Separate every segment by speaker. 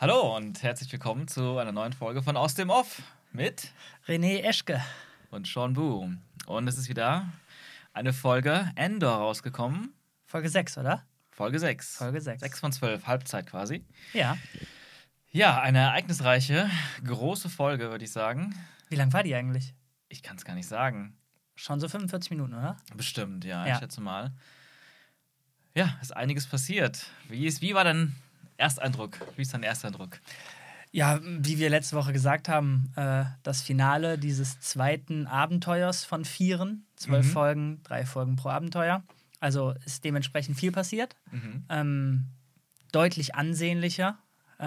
Speaker 1: Hallo und herzlich willkommen zu einer neuen Folge von Aus dem Off mit
Speaker 2: René Eschke.
Speaker 1: und Sean Bu. Und es ist wieder eine Folge Endor rausgekommen.
Speaker 2: Folge 6, oder?
Speaker 1: Folge 6.
Speaker 2: Folge 6.
Speaker 1: 6 von 12, Halbzeit quasi.
Speaker 2: Ja.
Speaker 1: Ja, eine ereignisreiche, große Folge, würde ich sagen.
Speaker 2: Wie lang war die eigentlich?
Speaker 1: Ich kann es gar nicht sagen.
Speaker 2: Schon so 45 Minuten, oder?
Speaker 1: Bestimmt, ja,
Speaker 2: Ja.
Speaker 1: ich schätze mal. Ja, ist einiges passiert. Wie war dein Ersteindruck? Wie ist dein Ersteindruck?
Speaker 2: Ja, wie wir letzte Woche gesagt haben, das Finale dieses zweiten Abenteuers von 4. 12 Folgen, 3 Folgen pro Abenteuer. Also ist dementsprechend viel passiert. Deutlich ansehnlicher.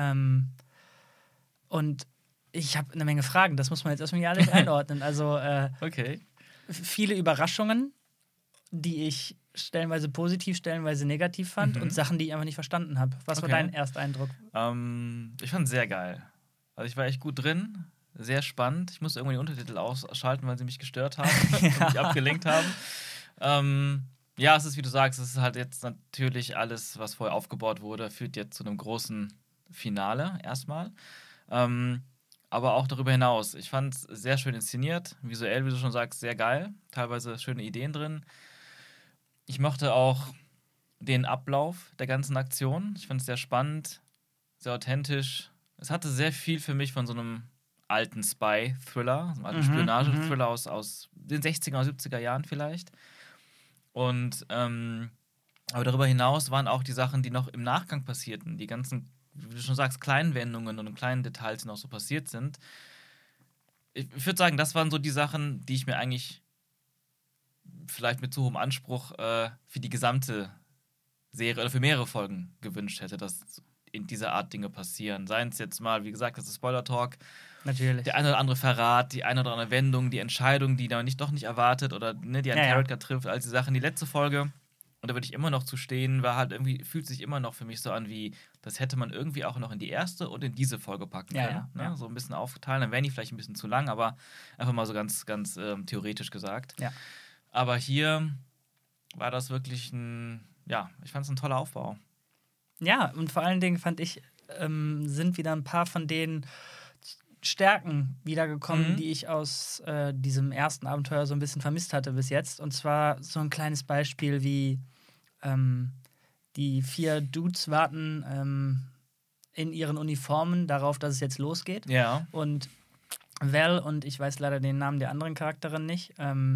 Speaker 2: Und ich habe eine Menge Fragen. Das muss man jetzt erstmal hier alles einordnen. Also
Speaker 1: Okay.
Speaker 2: viele Überraschungen, die ich stellenweise positiv, stellenweise negativ fand und Sachen, die ich einfach nicht verstanden habe. Was war
Speaker 1: Okay.
Speaker 2: dein Ersteindruck?
Speaker 1: Ich fand es sehr geil. Also ich war echt gut drin, sehr spannend. Ich musste irgendwann die Untertitel ausschalten, weil sie mich gestört haben und mich abgelenkt haben. Ja, es ist, wie du sagst, es ist halt jetzt natürlich alles, was vorher aufgebaut wurde, führt jetzt zu einem großen Finale erstmal. Aber auch darüber hinaus. Ich fand es sehr schön inszeniert, visuell, wie du schon sagst, sehr geil. Teilweise schöne Ideen drin. Ich mochte auch den Ablauf der ganzen Aktion. Ich fand es sehr spannend, sehr authentisch. Es hatte sehr viel für mich von so einem alten Spy-Thriller, so einem alten Spionage-Thriller aus den 60er oder 70er Jahren vielleicht. Und aber darüber hinaus waren auch die Sachen, die noch im Nachgang passierten, die ganzen, wie du schon sagst, kleinen Wendungen und kleinen Details, die noch so passiert sind. Ich würde sagen, das waren so die Sachen, die ich mir eigentlich vielleicht mit zu hohem Anspruch für die gesamte Serie oder für mehrere Folgen gewünscht hätte, dass in dieser Art Dinge passieren. Seien es jetzt mal, wie gesagt, das ist Spoiler-Talk,
Speaker 2: Natürlich.
Speaker 1: der eine oder andere Verrat, die eine oder andere Wendung, die Entscheidung, die man doch nicht erwartet oder ne, die einen Charakter trifft, all die Sachen. Die letzte Folge, und da würde ich immer noch zu stehen, war halt irgendwie, fühlt sich immer noch für mich so an wie, das hätte man irgendwie auch noch in die erste und in diese Folge packen können.
Speaker 2: Ja.
Speaker 1: Ne? So ein bisschen aufgeteilt, dann wären die vielleicht ein bisschen zu lang, aber einfach mal so ganz, ganz theoretisch gesagt.
Speaker 2: Ja.
Speaker 1: Aber hier war das wirklich ich fand es ein toller Aufbau.
Speaker 2: Ja, und vor allen Dingen fand ich, sind wieder ein paar von den Stärken wiedergekommen, die ich aus diesem ersten Abenteuer so ein bisschen vermisst hatte bis jetzt. Und zwar so ein kleines Beispiel wie die 4 Dudes warten in ihren Uniformen darauf, dass es jetzt losgeht.
Speaker 1: Ja.
Speaker 2: Und Val und ich weiß leider den Namen der anderen Charakterin nicht,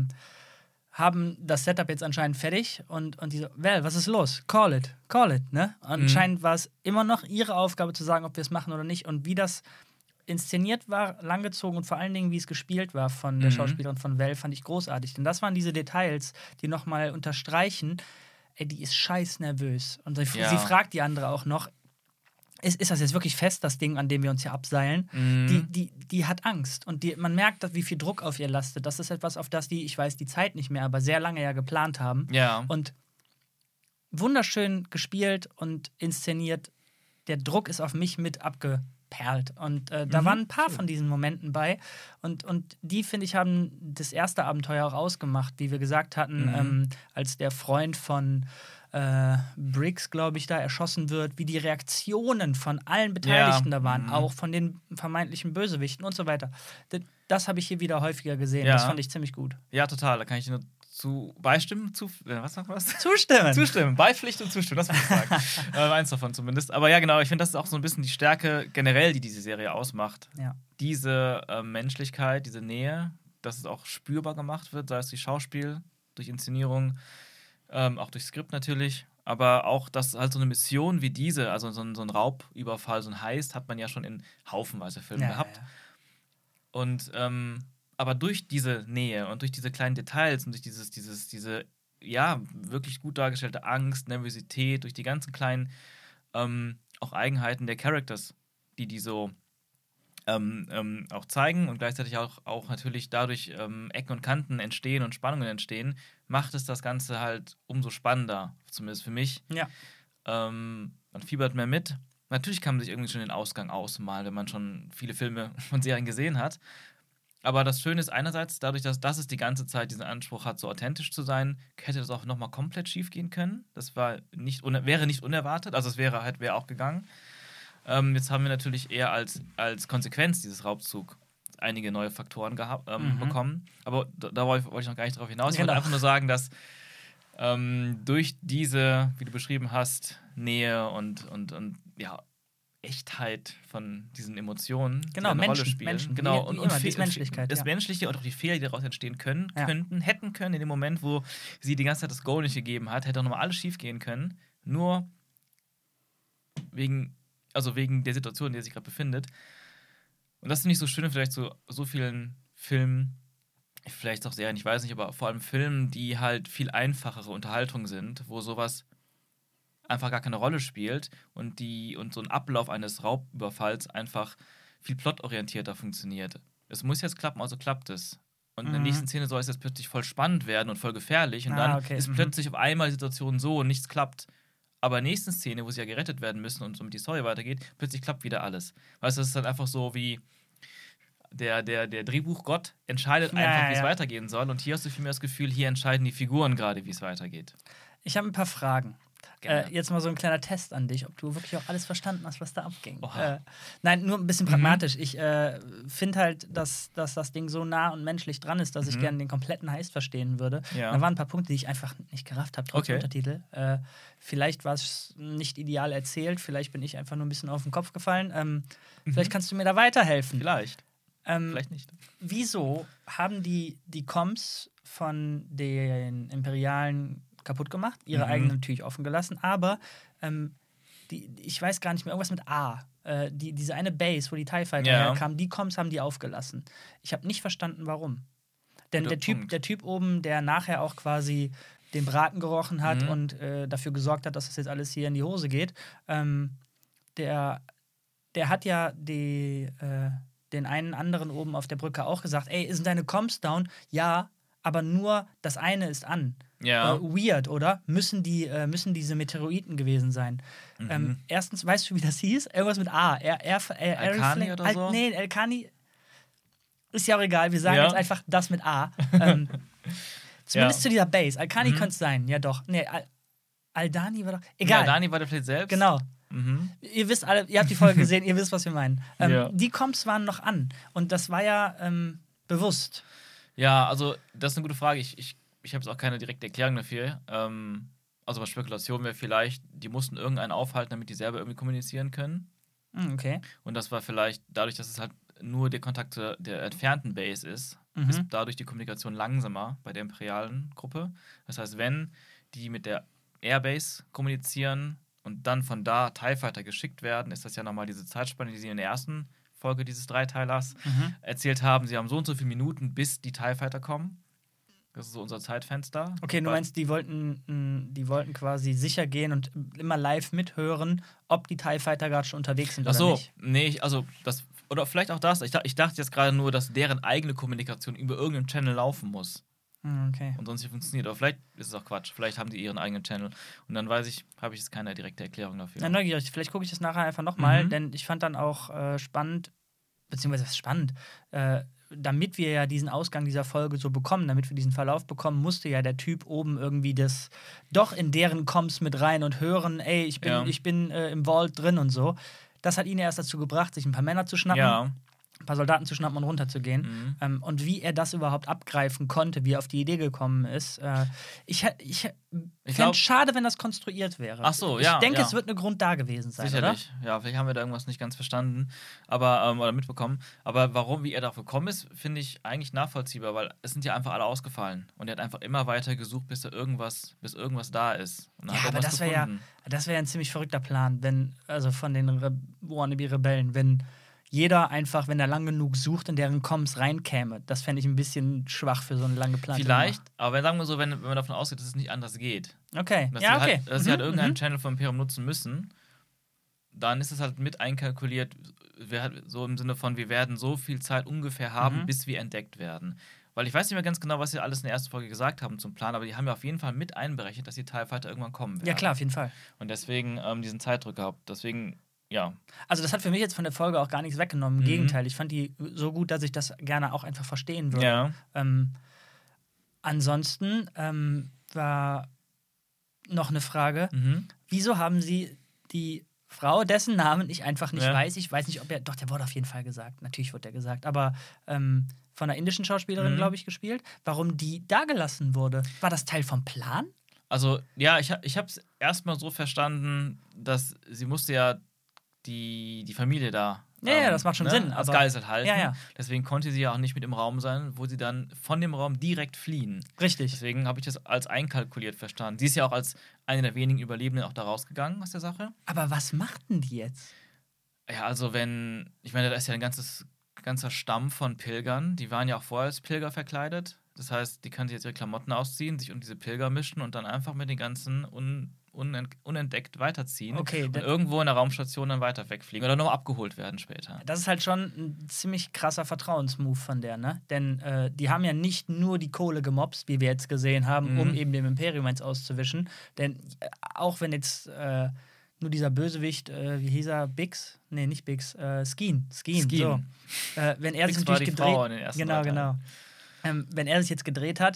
Speaker 2: haben das Setup jetzt anscheinend fertig und die so, Val, was ist los? Call it, ne? Anscheinend war es immer noch ihre Aufgabe zu sagen, ob wir es machen oder nicht. Und wie das inszeniert war, langgezogen und vor allen Dingen, wie es gespielt war von der Schauspielerin von Val, fand ich großartig. Denn das waren diese Details, die nochmal unterstreichen, ey, die ist scheiß nervös. Und sie fragt die andere auch noch, ist das jetzt wirklich fest, das Ding, an dem wir uns hier abseilen? Die hat Angst. Und man merkt, wie viel Druck auf ihr lastet. Das ist etwas, auf das die, ich weiß die Zeit nicht mehr, aber sehr lange ja geplant haben.
Speaker 1: Ja.
Speaker 2: Und wunderschön gespielt und inszeniert. Der Druck ist auf mich mit abgeperlt. Und da waren ein paar von diesen Momenten bei. Und die, finde ich, haben das erste Abenteuer auch ausgemacht, wie wir gesagt hatten, als der Freund von Briggs, glaube ich, da erschossen wird, wie die Reaktionen von allen Beteiligten da waren, auch von den vermeintlichen Bösewichten und so weiter. Das habe ich hier wieder häufiger gesehen. Das fand ich ziemlich gut.
Speaker 1: Ja, total. Da kann ich nur beistimmen. Was?
Speaker 2: Zustimmen.
Speaker 1: Beipflicht und zustimmen, das muss ich sagen. Eins davon zumindest. Aber ja, genau, ich finde, das ist auch so ein bisschen die Stärke generell, die diese Serie ausmacht.
Speaker 2: Ja.
Speaker 1: Diese Menschlichkeit, diese Nähe, dass es auch spürbar gemacht wird, sei es durch Schauspiel, durch Inszenierung, auch durch Skript natürlich. Aber auch, dass halt so eine Mission wie diese, also so ein Raubüberfall, so ein Heist, hat man ja schon in haufenweise Filmen gehabt.
Speaker 2: Ja.
Speaker 1: Und aber durch diese Nähe und durch diese kleinen Details und durch diese wirklich gut dargestellte Angst, Nervosität, durch die ganzen kleinen auch Eigenheiten der Characters, die so auch zeigen und gleichzeitig auch natürlich dadurch Ecken und Kanten entstehen und Spannungen entstehen, macht es das Ganze halt umso spannender, zumindest für mich.
Speaker 2: Ja.
Speaker 1: Man fiebert mehr mit. Natürlich kann man sich irgendwie schon den Ausgang ausmalen, wenn man schon viele Filme und Serien gesehen hat. Aber das Schöne ist einerseits, dadurch, dass es die ganze Zeit diesen Anspruch hat, so authentisch zu sein, hätte das auch nochmal komplett schief gehen können. Das wäre nicht unerwartet, also es wäre auch gegangen. Jetzt haben wir natürlich eher als Konsequenz dieses Raubzugs einige neue Faktoren bekommen. Aber da wollte ich noch gar nicht drauf hinaus. Ich wollte einfach nur sagen, dass durch diese, wie du beschrieben hast, Nähe und ja, Echtheit von diesen Emotionen,
Speaker 2: genau,
Speaker 1: die eine
Speaker 2: Menschen,
Speaker 1: Rolle spielen.
Speaker 2: Menschen,
Speaker 1: Genau,
Speaker 2: und immer, die Menschlichkeit.
Speaker 1: Das Menschliche und auch die Fehler, die daraus entstehen hätten können, in dem Moment, wo sie die ganze Zeit das Go nicht gegeben hat, hätte auch nochmal alles schief gehen können. Nur wegen der Situation, in der sie sich gerade befindet. Und das finde ich so schön, vielleicht so vielen Filmen, vielleicht auch sehr, ich weiß nicht, aber vor allem Filmen, die halt viel einfachere Unterhaltung sind, wo sowas einfach gar keine Rolle spielt und so ein Ablauf eines Raubüberfalls einfach viel plotorientierter funktioniert. Es muss jetzt klappen, also klappt es. Und in der nächsten Szene soll es jetzt plötzlich voll spannend werden und voll gefährlich und dann ist plötzlich auf einmal die Situation so und nichts klappt. Aber in der nächsten Szene, wo sie ja gerettet werden müssen und somit die Story weitergeht, plötzlich klappt wieder alles. Weißt du, das ist dann einfach so wie der Drehbuchgott entscheidet einfach, wie es weitergehen soll. Und hier hast du vielmehr das Gefühl, hier entscheiden die Figuren gerade, wie es weitergeht.
Speaker 2: Ich habe ein paar Fragen. Jetzt mal so ein kleiner Test an dich, ob du wirklich auch alles verstanden hast, was da abging. Nein, nur ein bisschen pragmatisch. Ich finde halt, dass das Ding so nah und menschlich dran ist, dass ich gerne den kompletten Heist verstehen würde. Da waren ein paar Punkte, die ich einfach nicht gerafft habe, trotz Untertitel. Vielleicht war es nicht ideal erzählt, vielleicht bin ich einfach nur ein bisschen auf den Kopf gefallen. Vielleicht kannst du mir da weiterhelfen.
Speaker 1: Vielleicht. Vielleicht nicht.
Speaker 2: Wieso haben die Comms von den Imperialen kaputt gemacht, ihre eigenen natürlich offen gelassen, aber ich weiß gar nicht mehr, irgendwas mit A. Diese eine Base, wo die TIE Fighter herkamen, die Comms haben die aufgelassen. Ich habe nicht verstanden, warum. Denn der Typ oben, der nachher auch quasi den Braten gerochen hat und dafür gesorgt hat, dass das jetzt alles hier in die Hose geht, der hat ja den einen anderen oben auf der Brücke auch gesagt, ey, sind deine Comms down? Ja, aber nur das eine ist an.
Speaker 1: Ja.
Speaker 2: Weird, oder? Müssen diese Meteoriten gewesen sein. Erstens, weißt du, wie das hieß? Irgendwas mit A.
Speaker 1: Elkani oder so?
Speaker 2: Nee, Elkani ist ja auch egal. Wir sagen jetzt einfach das mit A. Zumindest zu dieser Base. Elkani könnte es sein. Ja, doch. Nee, Aldani war doch... Egal.
Speaker 1: Aldani war der vielleicht selbst?
Speaker 2: Genau. Ihr wisst alle, ihr habt die Folge gesehen, ihr wisst, was wir meinen. Die Comms waren noch an. Und das war ja bewusst.
Speaker 1: Ja, also das ist eine gute Frage. Ich habe jetzt auch keine direkte Erklärung dafür. Also bei Spekulation wäre vielleicht, die mussten irgendeinen aufhalten, damit die selber irgendwie kommunizieren können.
Speaker 2: Okay.
Speaker 1: Und das war vielleicht dadurch, dass es halt nur der Kontakt zur der entfernten Base ist dadurch die Kommunikation langsamer bei der imperialen Gruppe. Das heißt, wenn die mit der Airbase kommunizieren und dann von da TIE Fighter geschickt werden, ist das ja nochmal diese Zeitspanne, die sie in der ersten Folge dieses Dreiteilers erzählt haben. Sie haben so und so viele Minuten, bis die TIE Fighter kommen. Das ist so unser Zeitfenster.
Speaker 2: Okay, du meinst, die wollten quasi sicher gehen und immer live mithören, ob die TIE Fighter gerade schon unterwegs sind oder nicht?
Speaker 1: Nee, oder vielleicht auch das. Ich dachte jetzt gerade nur, dass deren eigene Kommunikation über irgendeinen Channel laufen muss.
Speaker 2: Okay.
Speaker 1: Und sonst nicht funktioniert. Aber vielleicht ist es auch Quatsch. Vielleicht haben die ihren eigenen Channel. Und dann habe ich jetzt keine direkte Erklärung dafür.
Speaker 2: Na, neugierig. Vielleicht gucke ich das nachher einfach nochmal, denn ich fand dann auch spannend, beziehungsweise was spannend, damit wir ja diesen Ausgang dieser Folge so bekommen, damit wir diesen Verlauf bekommen, musste ja der Typ oben irgendwie das doch in deren Comms mit rein und hören, ey, ich bin im Vault drin und so. Das hat ihn erst dazu gebracht, sich ein paar Männer zu schnappen, ein paar Soldaten zu schnappen und runterzugehen. Und wie er das überhaupt abgreifen konnte, wie er auf die Idee gekommen ist. Ich fände es schade, wenn das konstruiert wäre.
Speaker 1: Ach so,
Speaker 2: Ich denke, es wird ein Grund da gewesen sein,
Speaker 1: sicherlich.
Speaker 2: Oder?
Speaker 1: Ja, vielleicht haben wir da irgendwas nicht ganz verstanden oder mitbekommen. Aber wie er darauf gekommen ist, finde ich eigentlich nachvollziehbar, weil es sind ja einfach alle ausgefallen. Und er hat einfach immer weiter gesucht, bis irgendwas da ist. Und
Speaker 2: ja, aber das wäre ja ein ziemlich verrückter Plan, also von den Wannabe-Rebellen, wenn jeder einfach, wenn er lang genug sucht, in deren Comms reinkäme. Das fände ich ein bisschen schwach für so eine lange Planung.
Speaker 1: Vielleicht, aber sagen wir so, wenn man davon ausgeht, dass es nicht anders geht.
Speaker 2: Okay,
Speaker 1: dass sie halt irgendeinen Channel vom Imperium nutzen müssen, dann ist es halt mit einkalkuliert, so im Sinne von, wir werden so viel Zeit ungefähr haben, bis wir entdeckt werden. Weil ich weiß nicht mehr ganz genau, was sie alles in der ersten Folge gesagt haben zum Plan, aber die haben ja auf jeden Fall mit einberechnet, dass die TIE Fighter irgendwann kommen werden.
Speaker 2: Ja, klar, auf jeden Fall.
Speaker 1: Und deswegen diesen Zeitdruck gehabt. Deswegen, ja.
Speaker 2: Also das hat für mich jetzt von der Folge auch gar nichts weggenommen. Im Gegenteil, ich fand die so gut, dass ich das gerne auch einfach verstehen würde.
Speaker 1: Ja.
Speaker 2: Ansonsten war noch eine Frage. Wieso haben sie die Frau, dessen Namen ich einfach nicht
Speaker 1: Ja.
Speaker 2: weiß. Ich weiß nicht, ob er. Doch, der wurde auf jeden Fall gesagt. Natürlich wurde der gesagt. Aber von einer indischen Schauspielerin, glaube ich, gespielt. Warum die da gelassen wurde? War das Teil vom Plan?
Speaker 1: Also, ja, ich habe es erstmal so verstanden, dass sie musste ja die Familie da
Speaker 2: Ja, das macht schon Sinn.
Speaker 1: als
Speaker 2: Aber
Speaker 1: Geisel halten.
Speaker 2: Ja.
Speaker 1: Deswegen konnte sie ja auch nicht mit im Raum sein, wo sie dann von dem Raum direkt fliehen.
Speaker 2: Richtig.
Speaker 1: Deswegen habe ich das als einkalkuliert verstanden. Sie ist ja auch als eine der wenigen Überlebenden auch da rausgegangen aus der Sache.
Speaker 2: Aber was machten die jetzt?
Speaker 1: Ja, also ich meine, da ist ja ein ganzer Stamm von Pilgern. Die waren ja auch vorher als Pilger verkleidet. Das heißt, die kann sich jetzt ihre Klamotten ausziehen, sich um diese Pilger mischen und dann einfach mit den ganzen unentdeckt weiterziehen.
Speaker 2: Okay,
Speaker 1: und irgendwo in der Raumstation dann weiter wegfliegen oder nochmal abgeholt werden später.
Speaker 2: Das ist halt schon ein ziemlich krasser Vertrauensmove von der, ne? Denn die haben ja nicht nur die Kohle gemobst, wie wir jetzt gesehen haben, um eben dem Imperium eins auszuwischen. Denn auch wenn jetzt nur dieser Bösewicht, wie hieß er, Biggs? Nee, nicht Biggs, Skeen. So. Wenn er
Speaker 1: Biggs
Speaker 2: sich
Speaker 1: war
Speaker 2: natürlich
Speaker 1: die Frau
Speaker 2: gedreht...
Speaker 1: in den ersten
Speaker 2: Genau.
Speaker 1: drei Teilen.
Speaker 2: Wenn er sich jetzt gedreht hat,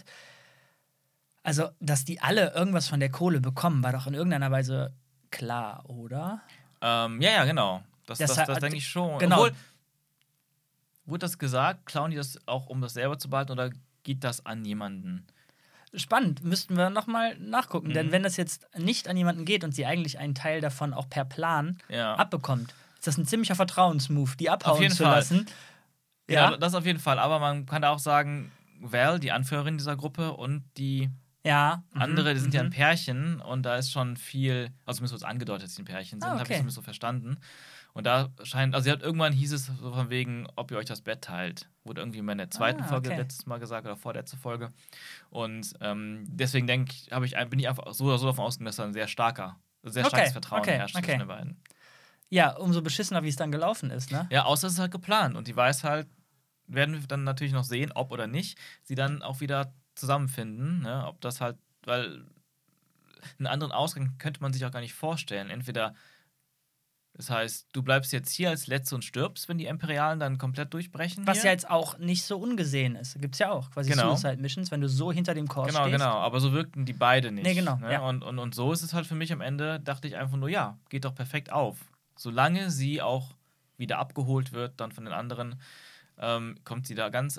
Speaker 2: also, dass die alle irgendwas von der Kohle bekommen, war doch in irgendeiner Weise klar, oder?
Speaker 1: Ja, genau. Das denke ich schon.
Speaker 2: Genau.
Speaker 1: Obwohl, wurde das gesagt, klauen die das auch, um das selber zu behalten, oder geht das an jemanden?
Speaker 2: Spannend, müssten wir nochmal nachgucken. Denn wenn das jetzt nicht an jemanden geht und sie eigentlich einen Teil davon auch per Plan abbekommt, ist das ein ziemlicher Vertrauensmove, die abhauen zu lassen.
Speaker 1: Ja, das auf jeden Fall. Aber man kann da auch sagen, Val, die Anführerin dieser Gruppe, und die andere, die sind ja ein Pärchen, und da ist schon viel, also zumindest wird angedeutet, dass sie ein Pärchen sind, habe ich zumindest so verstanden. Und da irgendwann hieß es so von wegen, ob ihr euch das Bett teilt. Wurde irgendwie in der zweiten Folge letztes Mal gesagt oder vorletzte Folge. Und deswegen bin ich einfach so oder so davon ausgegangen, dass da ein sehr starkes Vertrauen herrscht zwischen den beiden.
Speaker 2: Ja, umso beschissener, wie es dann gelaufen ist, ne?
Speaker 1: Ja, außer es ist halt geplant. Und die weiß halt, werden wir dann natürlich noch sehen, ob oder nicht, sie dann auch wieder zusammenfinden. Ne? Ob das halt, weil einen anderen Ausgang könnte man sich auch gar nicht vorstellen. Entweder, das heißt, du bleibst jetzt hier als Letzte und stirbst, wenn die Imperialen dann komplett durchbrechen.
Speaker 2: Was ja jetzt auch nicht so ungesehen ist. Gibt's ja auch quasi Suicide Missions, wenn du so hinter dem Kurs stehst.
Speaker 1: Genau, aber so wirkten die beide nicht.
Speaker 2: Nee, genau.
Speaker 1: Ne? Und so ist es halt für mich am Ende, dachte ich einfach nur, ja, geht doch perfekt auf. Solange sie auch wieder abgeholt wird, dann von den anderen, kommt sie da ganz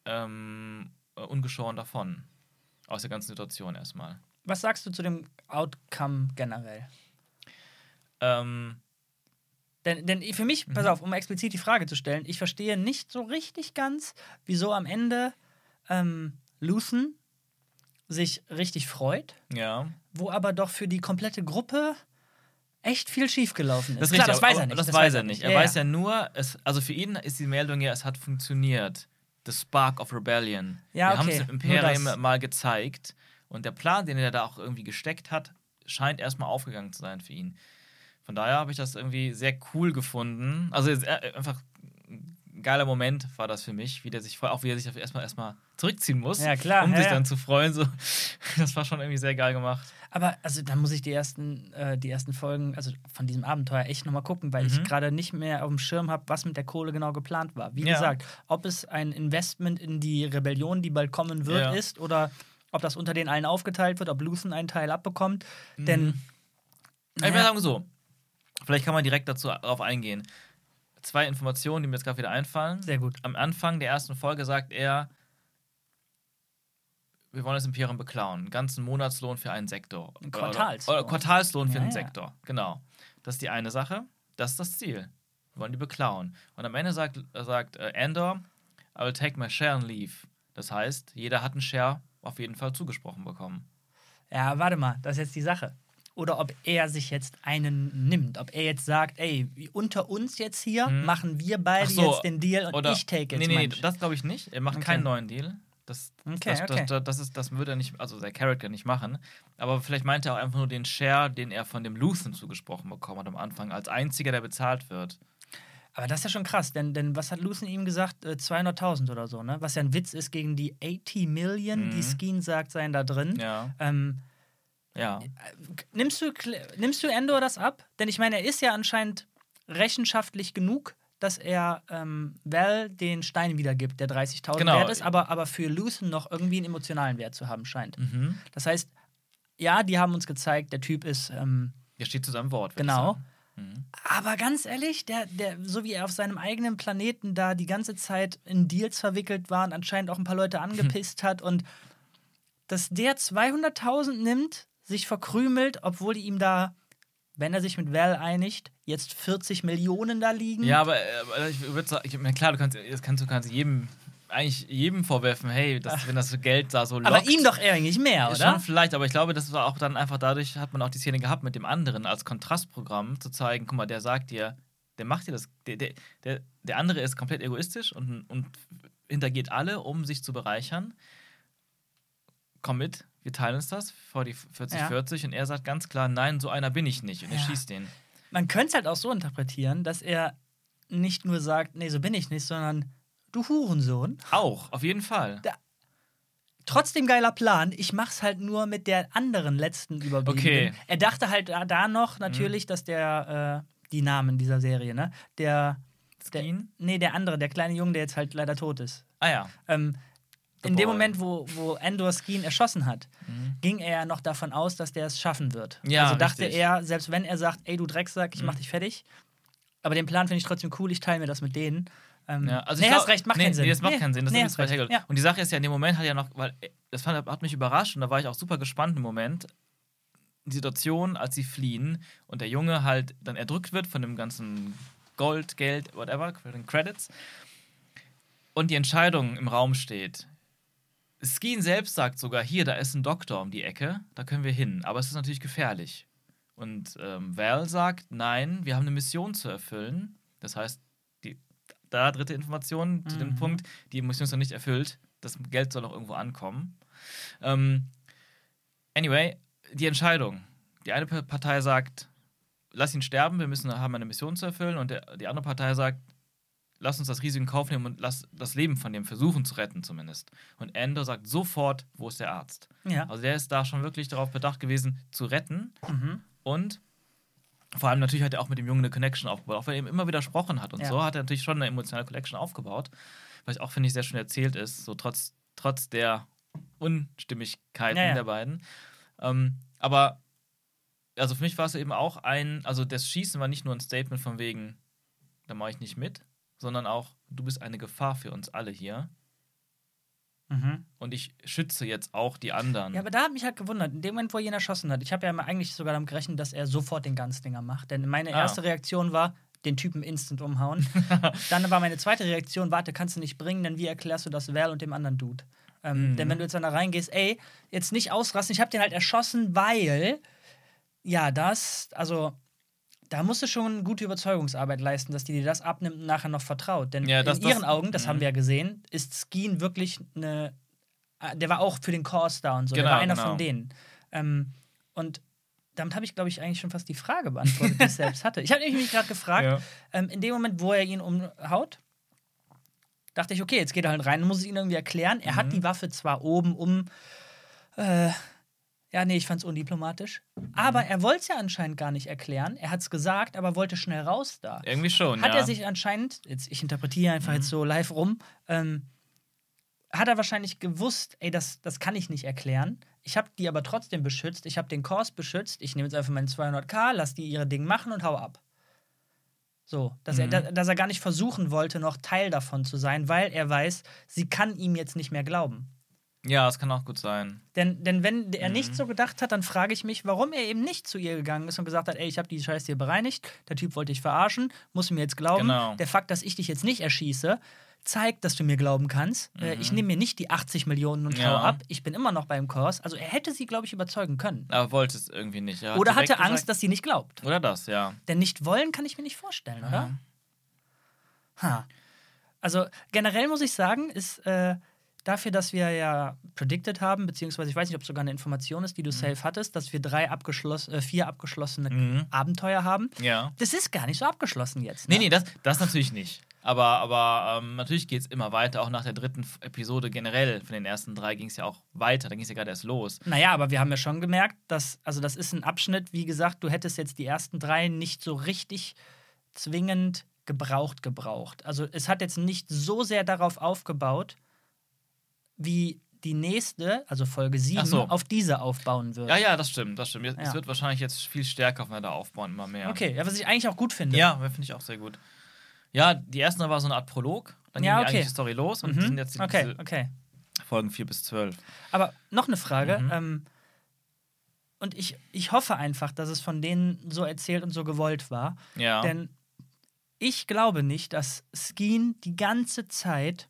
Speaker 1: ungeschoren davon. Aus der ganzen Situation erstmal.
Speaker 2: Was sagst du zu dem Outcome generell? Denn für mich, pass auf, um explizit die Frage zu stellen, ich verstehe nicht so richtig ganz, wieso am Ende Luthen sich richtig freut, wo aber doch für die komplette Gruppe echt viel schiefgelaufen ist.
Speaker 1: Klar, das weiß er nicht. Das weiß er nicht. Er weiß ja nur, also für ihn ist die Meldung ja, es hat funktioniert. The Spark of Rebellion. Wir haben es im Imperium mal gezeigt. Und der Plan, den er da auch irgendwie gesteckt hat, scheint erstmal aufgegangen zu sein für ihn. Von daher habe ich das irgendwie sehr cool gefunden. Also einfach ein geiler Moment war das für mich, wie er sich erstmal zurückziehen muss, um sich dann zu freuen. So. Das war schon irgendwie sehr geil gemacht.
Speaker 2: Aber also da muss ich die ersten Folgen, also von diesem Abenteuer, echt nochmal gucken, weil ich gerade nicht mehr auf dem Schirm habe, was mit der Kohle genau geplant war. Wie gesagt, ob es ein Investment in die Rebellion, die bald kommen wird, ist, oder ob das unter den allen aufgeteilt wird, ob Luthen einen Teil abbekommt. Denn
Speaker 1: ich würde sagen so, vielleicht kann man direkt darauf eingehen. 2 Informationen, die mir jetzt gerade wieder einfallen.
Speaker 2: Sehr gut.
Speaker 1: Am Anfang der ersten Folge sagt er, wir wollen das Imperium beklauen. Einen ganzen Monatslohn für einen Sektor.
Speaker 2: Ein Quartalslohn.
Speaker 1: Oder Quartalslohn für einen Sektor. Genau. Das ist die eine Sache. Das ist das Ziel. Wir wollen die beklauen. Und am Ende sagt Andor, I will take my share and leave. Das heißt, jeder hat einen Share auf jeden Fall zugesprochen bekommen.
Speaker 2: Ja, warte mal, das ist jetzt die Sache. Oder ob er sich jetzt einen nimmt. Ob er jetzt sagt, ey, unter uns jetzt hier machen wir beide jetzt den Deal und ich take jetzt
Speaker 1: Nee, das glaube ich nicht. Er macht keinen neuen Deal. Das würde er nicht, also der Charakter nicht machen. Aber vielleicht meint er auch einfach nur den Share, den er von dem Luthen zugesprochen bekommen hat am Anfang, als einziger, der bezahlt wird.
Speaker 2: Aber das ist ja schon krass, denn was hat Luthen ihm gesagt? 200.000 oder so, ne? Was ja ein Witz ist gegen die 80 Millionen, die Skeen sagt, seien da drin.
Speaker 1: Ja.
Speaker 2: Nimmst du Andor das ab? Denn ich meine, er ist ja anscheinend rechenschaftlich genug, dass er Val den Stein wiedergibt, der 30.000 wert ist, aber für Luthen noch irgendwie einen emotionalen Wert zu haben scheint. Das heißt, ja, die haben uns gezeigt, der Typ ist
Speaker 1: der steht zu seinem Wort.
Speaker 2: Genau. Aber ganz ehrlich, der, so wie er auf seinem eigenen Planeten da die ganze Zeit in Deals verwickelt war und anscheinend auch ein paar Leute angepisst hat und dass der 200.000 nimmt, sich verkrümelt, obwohl die ihm da, wenn er sich mit Val einigt, jetzt 40 Millionen da liegen.
Speaker 1: Ja, aber ich würde sagen, klar, du kannst jedem vorwerfen, hey, wenn das Geld da so lockt.
Speaker 2: Aber ihm doch eigentlich mehr, oder?
Speaker 1: Schon vielleicht, aber ich glaube, das war auch dann einfach dadurch, hat man auch die Szene gehabt mit dem anderen als Kontrastprogramm, zu zeigen, guck mal, der sagt dir, der macht dir das, der andere ist komplett egoistisch und hintergeht alle, um sich zu bereichern. Komm mit, wir teilen uns das vor die 40-40 und er sagt ganz klar, nein, so einer bin ich nicht und er schießt den.
Speaker 2: Man könnte es halt auch so interpretieren, dass er nicht nur sagt, nee, so bin ich nicht, sondern du Hurensohn.
Speaker 1: Auch, auf jeden Fall.
Speaker 2: Trotzdem geiler Plan, ich mach's halt nur mit der anderen letzten Überbliebenen.
Speaker 1: Okay.
Speaker 2: Er dachte halt da noch natürlich, dass die Namen dieser Serie, ne? Der andere, der kleine Junge, der jetzt halt leider tot ist.
Speaker 1: Ah ja.
Speaker 2: In dem Moment, wo Andor Skeen erschossen hat, ging er noch davon aus, dass der es schaffen wird.
Speaker 1: Ja,
Speaker 2: also dachte
Speaker 1: richtig.
Speaker 2: er, selbst wenn er sagt, ey, du Drecksack, ich mach dich fertig. Aber den Plan finde ich trotzdem cool, ich teile mir das mit denen.
Speaker 1: Also
Speaker 2: nee, hast recht, macht keinen Sinn.
Speaker 1: Nee, das macht keinen Sinn. Das ist
Speaker 2: recht.
Speaker 1: ja. Und die Sache ist ja, in dem Moment hat ja noch, weil das hat mich überrascht und da war ich auch super gespannt im Moment. Die Situation, als sie fliehen und der Junge halt dann erdrückt wird von dem ganzen Gold, Geld, whatever, von den Credits. Und die Entscheidung im Raum steht. Skeen selbst sagt sogar, hier, da ist ein Doktor um die Ecke, da können wir hin. Aber es ist natürlich gefährlich. Und Val sagt, nein, wir haben eine Mission zu erfüllen. Das heißt, dritte Information zu dem Punkt, die Mission ist noch nicht erfüllt. Das Geld soll auch irgendwo ankommen. Anyway, die Entscheidung. Die eine Partei sagt, lass ihn sterben, haben eine Mission zu erfüllen. Und die andere Partei sagt, lass uns das Risiko in Kauf nehmen und lass das Leben von dem versuchen zu retten zumindest. Und Andor sagt sofort, wo ist der Arzt?
Speaker 2: Ja.
Speaker 1: Also der ist da schon wirklich darauf bedacht gewesen, zu retten. Und vor allem natürlich hat er auch mit dem Jungen eine Connection aufgebaut. Auch wenn er ihm immer widersprochen hat und so, hat er natürlich schon eine emotionale Connection aufgebaut. Was auch, finde ich, sehr schön erzählt ist, so trotz der Unstimmigkeiten der beiden. Aber also für mich war es eben auch also das Schießen war nicht nur ein Statement von wegen, da mache ich nicht mit, sondern auch, du bist eine Gefahr für uns alle hier. Und ich schütze jetzt auch die anderen.
Speaker 2: Ja, aber da hat mich halt gewundert, in dem Moment, wo er ihn erschossen hat, ich habe ja eigentlich sogar damit gerechnet, dass er sofort den Ganzdinger macht. Denn meine erste Reaktion war, den Typen instant umhauen. Dann war meine zweite Reaktion, warte, kannst du nicht bringen, denn wie erklärst du das Val und dem anderen Dude? Denn wenn du jetzt dann da reingehst, ey, jetzt nicht ausrasten, ich habe den halt erschossen, weil, da musst du schon gute Überzeugungsarbeit leisten, dass die dir das abnimmt und nachher noch vertraut. Denn in ihren Augen, das haben wir ja gesehen, ist Skeen wirklich der war auch für den Cause da und so. Der war einer von denen. Und damit habe ich, glaube ich, eigentlich schon fast die Frage beantwortet, die ich selbst hatte. Ich habe mich gerade gefragt, in dem Moment, wo er ihn umhaut, dachte ich, okay, jetzt geht er halt rein, muss ich ihn irgendwie erklären. Er hat die Waffe zwar oben ich fand's undiplomatisch. Aber er wollte es ja anscheinend gar nicht erklären. Er hat's gesagt, aber wollte schnell raus da.
Speaker 1: Irgendwie schon,
Speaker 2: Hat er sich anscheinend, ich interpretiere einfach jetzt so live rum, hat er wahrscheinlich gewusst, ey, das kann ich nicht erklären. Ich habe die aber trotzdem beschützt. Ich habe den Kurs beschützt. Ich nehme jetzt einfach meinen 200.000, lass die ihre Ding machen und hau ab. So, dass er gar nicht versuchen wollte, noch Teil davon zu sein, weil er weiß, sie kann ihm jetzt nicht mehr glauben.
Speaker 1: Ja, das kann auch gut sein.
Speaker 2: Denn wenn er nicht so gedacht hat, dann frage ich mich, warum er eben nicht zu ihr gegangen ist und gesagt hat, ey, ich habe die Scheiße hier bereinigt, der Typ wollte dich verarschen, musst du mir jetzt glauben.
Speaker 1: Genau.
Speaker 2: Der Fakt, dass ich dich jetzt nicht erschieße, zeigt, dass du mir glauben kannst. Ich nehme mir nicht die 80 Millionen und hau ab. Ich bin immer noch beim Kurs. Also er hätte sie, glaube ich, überzeugen können.
Speaker 1: Aber wollte es irgendwie nicht.
Speaker 2: Oder hatte Angst, dass sie nicht glaubt.
Speaker 1: Oder das, ja.
Speaker 2: Denn nicht wollen kann ich mir nicht vorstellen, oder? Also generell muss ich sagen, ist dafür, dass wir ja predicted haben, beziehungsweise ich weiß nicht, ob es sogar eine Information ist, die du safe hattest, dass wir 4 abgeschlossene Abenteuer haben.
Speaker 1: Ja.
Speaker 2: Das ist gar nicht so abgeschlossen jetzt. Ne?
Speaker 1: Nee, das natürlich nicht. Aber natürlich geht es immer weiter, auch nach der 3. Episode generell. Von den ersten 3 ging es ja auch weiter, da ging es ja gerade erst los.
Speaker 2: Naja, aber wir haben ja schon gemerkt, das ist ein Abschnitt, wie gesagt, du hättest jetzt die ersten 3 nicht so richtig zwingend gebraucht. Also es hat jetzt nicht so sehr darauf aufgebaut, wie die nächste, also Folge 7, auf diese aufbauen wird.
Speaker 1: Ja, das stimmt. Es wird wahrscheinlich jetzt viel stärker aufeinander aufbauen, immer mehr.
Speaker 2: Okay, ja, was ich eigentlich auch gut finde.
Speaker 1: Ja, finde ich auch sehr gut. Ja, die erste war so eine Art Prolog. Dann ging die eigentliche Story los und die sind jetzt diese Folgen 4 bis 12.
Speaker 2: Aber noch eine Frage. Und ich hoffe einfach, dass es von denen so erzählt und so gewollt war.
Speaker 1: Ja.
Speaker 2: Denn ich glaube nicht, dass Skeen die ganze Zeit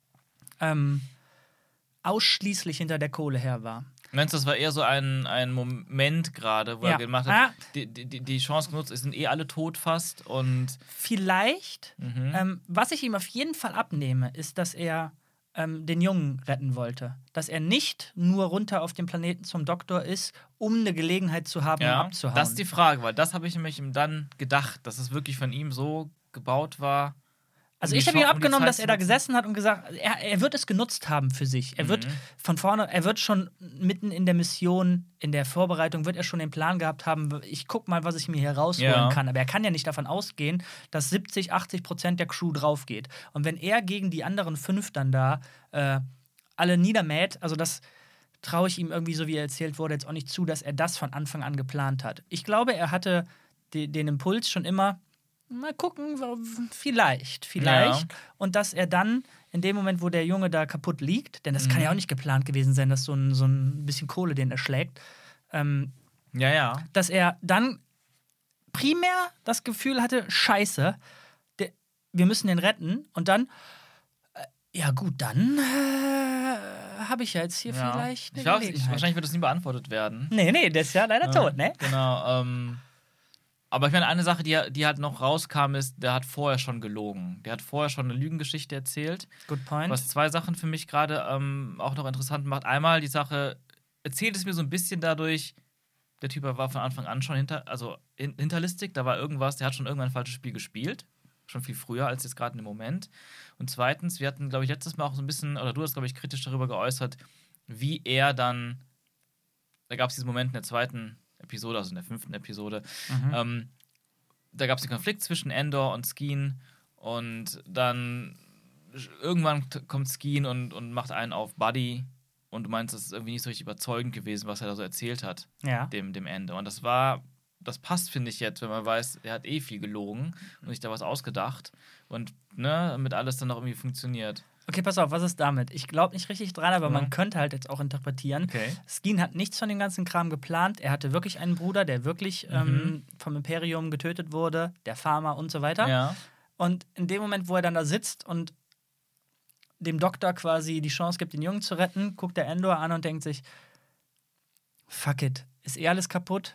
Speaker 2: ausschließlich hinter der Kohle her war.
Speaker 1: Meinst du, das war eher so ein Moment gerade, wo er gemacht hat, die Chance genutzt, es sind alle tot fast und...
Speaker 2: Vielleicht. Was ich ihm auf jeden Fall abnehme, ist, dass er den Jungen retten wollte. Dass er nicht nur runter auf dem Planeten zum Doktor ist, um eine Gelegenheit zu haben, um abzuhauen.
Speaker 1: Das ist die Frage, weil das habe ich nämlich dann gedacht, dass es wirklich von ihm so gebaut war.
Speaker 2: Also ich habe ihm abgenommen, dass er da gesessen hat und gesagt, er wird es genutzt haben für sich. Er wird von vorne, er wird schon mitten in der Mission, in der Vorbereitung, wird er schon den Plan gehabt haben, ich guck mal, was ich mir hier rausholen kann. Aber er kann ja nicht davon ausgehen, dass 70-80% der Crew drauf geht. Und wenn er gegen die anderen 5 dann da alle niedermäht, also das traue ich ihm irgendwie, so wie er erzählt wurde, jetzt auch nicht zu, dass er das von Anfang an geplant hat. Ich glaube, er hatte den Impuls schon immer, mal gucken, vielleicht.
Speaker 1: Ja.
Speaker 2: Und dass er dann, in dem Moment, wo der Junge da kaputt liegt, denn das kann ja auch nicht geplant gewesen sein, dass so ein bisschen Kohle den erschlägt, dass er dann primär das Gefühl hatte, scheiße, wir müssen den retten. Und dann, ja gut, dann habe ich ja jetzt hier vielleicht eine Gelegenheit.
Speaker 1: Wahrscheinlich wird das nie beantwortet werden.
Speaker 2: Nee, der ist ja leider tot, ne?
Speaker 1: Genau, aber ich meine, eine Sache, die halt noch rauskam, ist, der hat vorher schon gelogen. Der hat vorher schon eine Lügengeschichte erzählt.
Speaker 2: Good point.
Speaker 1: Was 2 Sachen für mich gerade auch noch interessant macht. Einmal die Sache, erzählt es mir so ein bisschen dadurch, der Typ war von Anfang an schon hinterlistig. Da war irgendwas, der hat schon irgendwann ein falsches Spiel gespielt. Schon viel früher als jetzt gerade im Moment. Und zweitens, wir hatten, glaube ich, letztes Mal auch so ein bisschen, oder du hast, glaube ich, kritisch darüber geäußert, wie er dann, da gab es diesen Moment in der 2. Episode, also in der 5. Episode. Da gab es den Konflikt zwischen Endor und Skeen und dann irgendwann kommt Skeen und macht einen auf Buddy und du meinst, das ist irgendwie nicht so richtig überzeugend gewesen, was er da so erzählt hat, dem Ende. Und das passt, finde ich jetzt, wenn man weiß, er hat viel gelogen und sich da was ausgedacht und damit alles dann noch irgendwie funktioniert.
Speaker 2: Okay, pass auf, was ist damit? Ich glaube nicht richtig dran, aber man könnte halt jetzt auch interpretieren.
Speaker 1: Okay.
Speaker 2: Skeen hat nichts von dem ganzen Kram geplant. Er hatte wirklich einen Bruder, der wirklich vom Imperium getötet wurde, der Farmer und so weiter.
Speaker 1: Ja.
Speaker 2: Und in dem Moment, wo er dann da sitzt und dem Doktor quasi die Chance gibt, den Jungen zu retten, guckt der Endor an und denkt sich, fuck it, ist alles kaputt.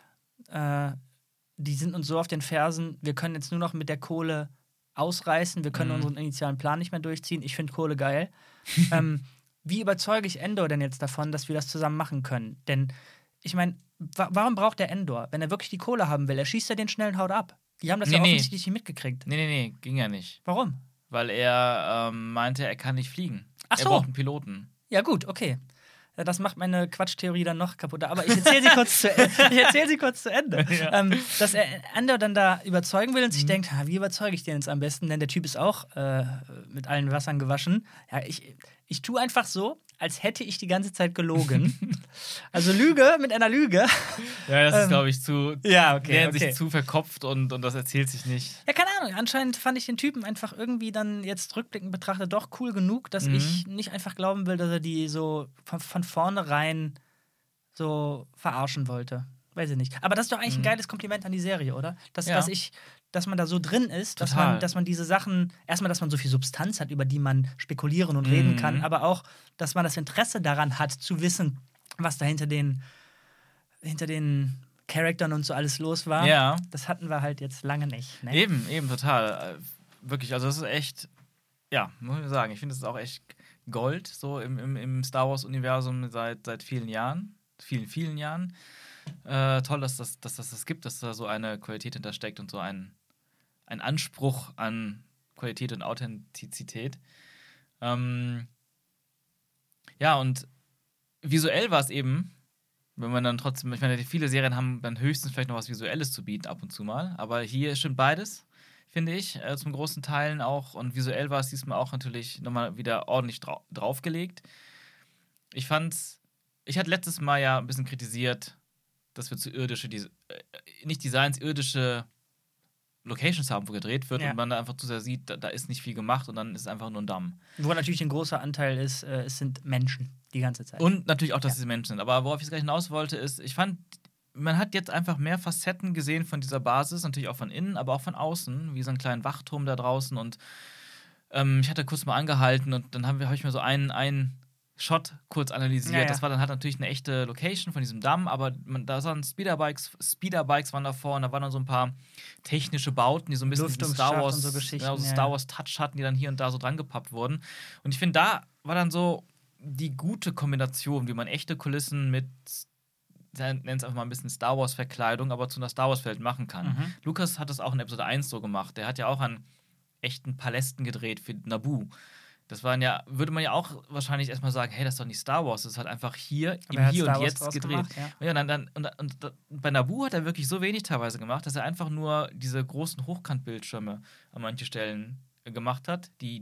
Speaker 2: Die sind uns so auf den Fersen, wir können jetzt nur noch mit der Kohle ausreißen, wir können unseren initialen Plan nicht mehr durchziehen. Ich finde Kohle geil. Wie überzeuge ich Endor denn jetzt davon, dass wir das zusammen machen können? Denn, ich meine, warum braucht der Endor? Wenn er wirklich die Kohle haben will, er schießt ja den schnell und haut ab. Die haben das ja offensichtlich nicht mitgekriegt.
Speaker 1: Nee, ging ja nicht.
Speaker 2: Warum?
Speaker 1: Weil er meinte, er kann nicht fliegen.
Speaker 2: Ach so.
Speaker 1: Er braucht einen Piloten.
Speaker 2: Ja gut, okay. Ja, das macht meine Quatschtheorie dann noch kaputter. Aber ich erzähle sie kurz zu Ende. Ja. Dass er Endor dann da überzeugen will und sich denkt, wie überzeuge ich den jetzt am besten? Denn der Typ ist auch mit allen Wassern gewaschen. Ja, ich tue einfach so, als hätte ich die ganze Zeit gelogen. Also Lüge mit einer Lüge.
Speaker 1: Ja, das ist, glaube ich, sich zu verkopft und das erzählt sich nicht.
Speaker 2: Ja, keine Ahnung. Anscheinend fand ich den Typen einfach irgendwie dann jetzt rückblickend betrachtet doch cool genug, dass ich nicht einfach glauben will, dass er die so von vornherein so verarschen wollte. Weiß ich nicht. Aber das ist doch eigentlich ein geiles Kompliment an die Serie, oder? Dass man da so drin ist, dass man diese Sachen, erstmal, dass man so viel Substanz hat, über die man spekulieren und reden kann, aber auch, dass man das Interesse daran hat, zu wissen, was da hinter den Charaktern und so alles los war.
Speaker 1: Ja.
Speaker 2: Das hatten wir halt jetzt lange nicht. Ne?
Speaker 1: Eben, total. Wirklich, also das ist echt, ja, muss ich sagen, ich finde, das ist auch echt Gold, so im Star Wars-Universum seit vielen Jahren. Vielen Jahren. Toll, dass das gibt, dass da so eine Qualität hintersteckt und so ein Anspruch an Qualität und Authentizität. Ja, und visuell war es eben, wenn man dann trotzdem, ich meine, viele Serien haben dann höchstens vielleicht noch was Visuelles zu bieten, ab und zu mal, aber hier stimmt beides, finde ich, zum großen Teilen auch, und visuell war es diesmal auch natürlich nochmal wieder ordentlich draufgelegt. ich hatte letztes Mal ja ein bisschen kritisiert, dass wir zu nicht Designs, irdische Locations haben, wo gedreht wird und man da einfach zu sehr sieht, da ist nicht viel gemacht und dann ist es einfach nur ein Damm.
Speaker 2: Wo natürlich ein großer Anteil ist, es sind Menschen die ganze Zeit.
Speaker 1: Und natürlich auch, dass es Menschen sind. Aber worauf ich gleich hinaus wollte, ist, ich fand, man hat jetzt einfach mehr Facetten gesehen von dieser Basis, natürlich auch von innen, aber auch von außen, wie so einen kleinen Wachturm da draußen. Und ich hatte kurz mal angehalten und dann habe ich mir so einen Shot kurz analysiert. Das war dann halt natürlich eine echte Location von diesem Damm, aber da waren Speederbikes waren davor und da waren dann so ein paar technische Bauten, die so ein bisschen Star Wars,
Speaker 2: so Geschichten,
Speaker 1: Star Wars Touch hatten, die dann hier und da so dran gepappt wurden. Und ich finde, da war dann so die gute Kombination, wie man echte Kulissen mit, nennt es einfach mal ein bisschen Star Wars Verkleidung, aber zu einer Star Wars Welt machen kann. Lucas hat das auch in Episode 1 so gemacht. Der hat ja auch an echten Palästen gedreht für Naboo. Das waren ja, würde man ja auch wahrscheinlich erstmal sagen, hey, das ist doch nicht Star Wars, das ist halt einfach hier, im Hier und Jetzt gedreht. Und bei Naboo hat er wirklich so wenig teilweise gemacht, dass er einfach nur diese großen Hochkantbildschirme an manchen Stellen gemacht hat, die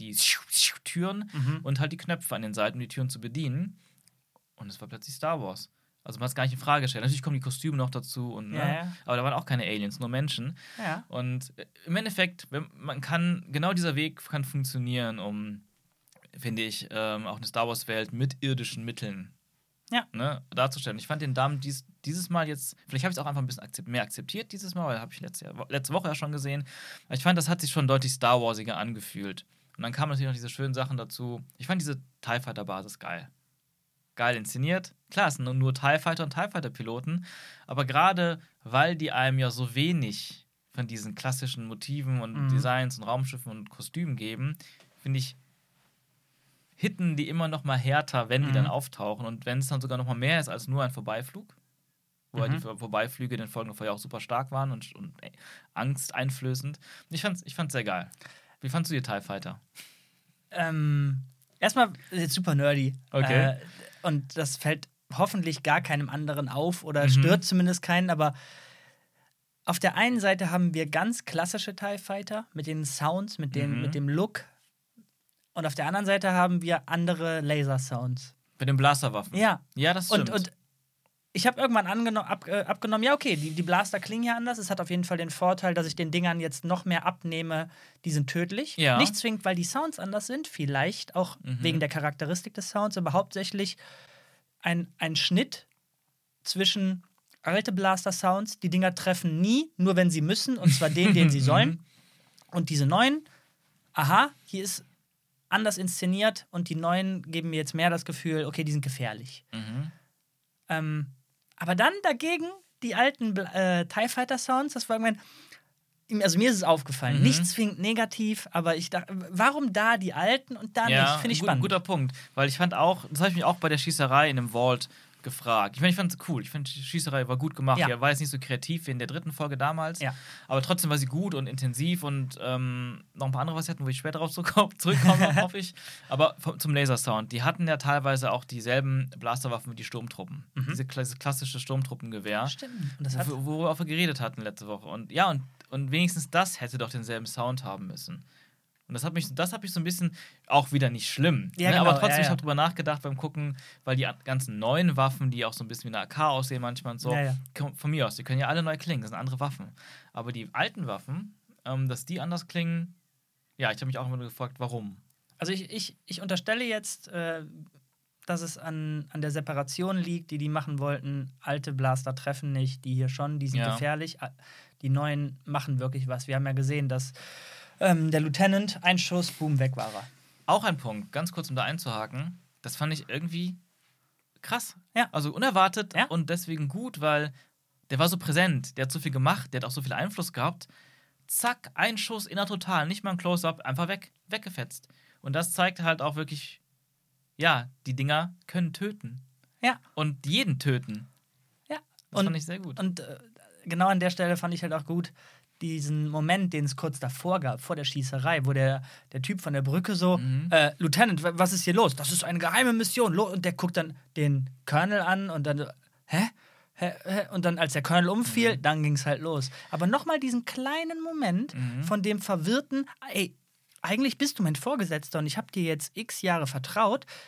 Speaker 1: Türen und halt die Knöpfe an den Seiten, um die Türen zu bedienen. Und es war plötzlich Star Wars. Also man hat es gar nicht in Frage gestellt. Natürlich kommen die Kostüme noch dazu, aber da waren auch keine Aliens, nur Menschen.
Speaker 2: Ja.
Speaker 1: Und im Endeffekt, genau dieser Weg kann funktionieren, um, finde ich, auch eine Star Wars-Welt mit irdischen Mitteln darzustellen. Ich fand den Damm dieses Mal jetzt, vielleicht habe ich es auch einfach ein bisschen mehr akzeptiert dieses Mal, weil habe ich letzte Woche ja schon gesehen. Aber ich fand, das hat sich schon deutlich Star Warsiger angefühlt. Und dann kamen natürlich noch diese schönen Sachen dazu. Ich fand diese TIE Fighter-Basis geil. Geil inszeniert. Klar, es sind nur TIE Fighter und TIE Fighter-Piloten, aber gerade weil die einem ja so wenig von diesen klassischen Motiven und Designs und Raumschiffen und Kostümen geben, finde ich, hitten die immer noch mal härter, wenn die dann auftauchen und wenn es dann sogar noch mal mehr ist als nur ein Vorbeiflug, wo die Vorbeiflüge in den Folgen vorher auch super stark waren und angsteinflößend. Ich fand's sehr geil. Wie fandst du die TIE Fighter?
Speaker 2: Erstmal jetzt super nerdy.
Speaker 1: Okay.
Speaker 2: Und das fällt hoffentlich gar keinem anderen auf oder stört zumindest keinen, aber auf der einen Seite haben wir ganz klassische TIE Fighter mit den Sounds, mit dem Look. Und auf der anderen Seite haben wir andere Laser-Sounds.
Speaker 1: Mit den Blasterwaffen.
Speaker 2: Ja.
Speaker 1: Ja, das stimmt.
Speaker 2: Und ich habe irgendwann abgenommen, ja, okay, die Blaster klingen ja anders. Es hat auf jeden Fall den Vorteil, dass ich den Dingern jetzt noch mehr abnehme, die sind tödlich.
Speaker 1: Ja.
Speaker 2: Nicht zwingend, weil die Sounds anders sind, vielleicht auch wegen der Charakteristik des Sounds, aber hauptsächlich ein Schnitt zwischen alte Blaster-Sounds, die Dinger treffen nie, nur wenn sie müssen, und zwar den sie sollen. Und diese neuen, hier ist anders inszeniert und die neuen geben mir jetzt mehr das Gefühl, okay, die sind gefährlich. Aber dann dagegen die alten TIE Fighter Sounds, das war irgendwann, also mir ist es aufgefallen, nicht zwingend negativ, aber ich dachte, warum da die alten und da nicht? Finde ich spannend.
Speaker 1: Guter Punkt, weil ich fand auch, das habe ich mich auch bei der Schießerei in dem Vault gefragt. Ich fand es cool. Ich fand, die Schießerei war gut gemacht. Die war jetzt nicht so kreativ wie in der 3. Folge damals. Ja. Aber trotzdem war sie gut und intensiv und noch ein paar andere Facetten, wo ich später darauf zurückkomme, hoffe ich. Aber zum Lasersound. Die hatten ja teilweise auch dieselben Blasterwaffen wie die Sturmtruppen. Dieses klassische Sturmtruppengewehr.
Speaker 2: Stimmt.
Speaker 1: Worauf wir geredet hatten letzte Woche. Und wenigstens das hätte doch denselben Sound haben müssen. Und das hat mich so ein bisschen, auch wieder nicht schlimm.
Speaker 2: Ja,
Speaker 1: ne?
Speaker 2: genau,
Speaker 1: Aber trotzdem, ich habe drüber nachgedacht beim Gucken, weil die ganzen neuen Waffen, die auch so ein bisschen wie eine AK aussehen manchmal und so, von mir aus, die können ja alle neu klingen, das sind andere Waffen. Aber die alten Waffen, dass die anders klingen, ich habe mich auch immer nur gefragt, warum.
Speaker 2: Also ich unterstelle jetzt, dass es an der Separation liegt, die machen wollten. Alte Blaster treffen nicht, die hier schon, die sind gefährlich. Die neuen machen wirklich was. Wir haben ja gesehen, dass der Lieutenant, ein Schuss, boom, weg war er.
Speaker 1: Auch ein Punkt, ganz kurz, um da einzuhaken. Das fand ich irgendwie krass.
Speaker 2: Ja.
Speaker 1: Also unerwartet und deswegen gut, weil der war so präsent, der hat so viel gemacht, der hat auch so viel Einfluss gehabt. Zack, ein Schuss in der Total, nicht mal ein Close-Up, einfach weggefetzt. Und das zeigt halt auch wirklich, die Dinger können töten.
Speaker 2: Ja.
Speaker 1: Und jeden töten.
Speaker 2: Ja.
Speaker 1: Das fand ich sehr gut.
Speaker 2: Und genau an der Stelle fand ich halt auch gut, diesen Moment, den es kurz davor gab, vor der Schießerei, wo der Typ von der Brücke so, Lieutenant, was ist hier los? Das ist eine geheime Mission. Und der guckt dann den Colonel an und dann so, hä? Und dann, als der Colonel umfiel, dann ging es halt los. Aber nochmal diesen kleinen Moment von dem verwirrten, ey, eigentlich bist du mein Vorgesetzter und ich habe dir jetzt x Jahre vertraut.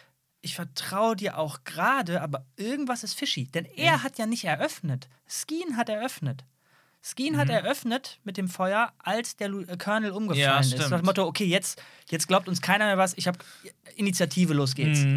Speaker 2: ich vertraue dir auch gerade, aber irgendwas ist fishy. Denn er hat ja nicht eröffnet. Skeen hat eröffnet. Skeen hat eröffnet mit dem Feuer, als der Colonel umgefallen ist. Das Motto, okay, jetzt glaubt uns keiner mehr was, ich habe Initiative, los geht's.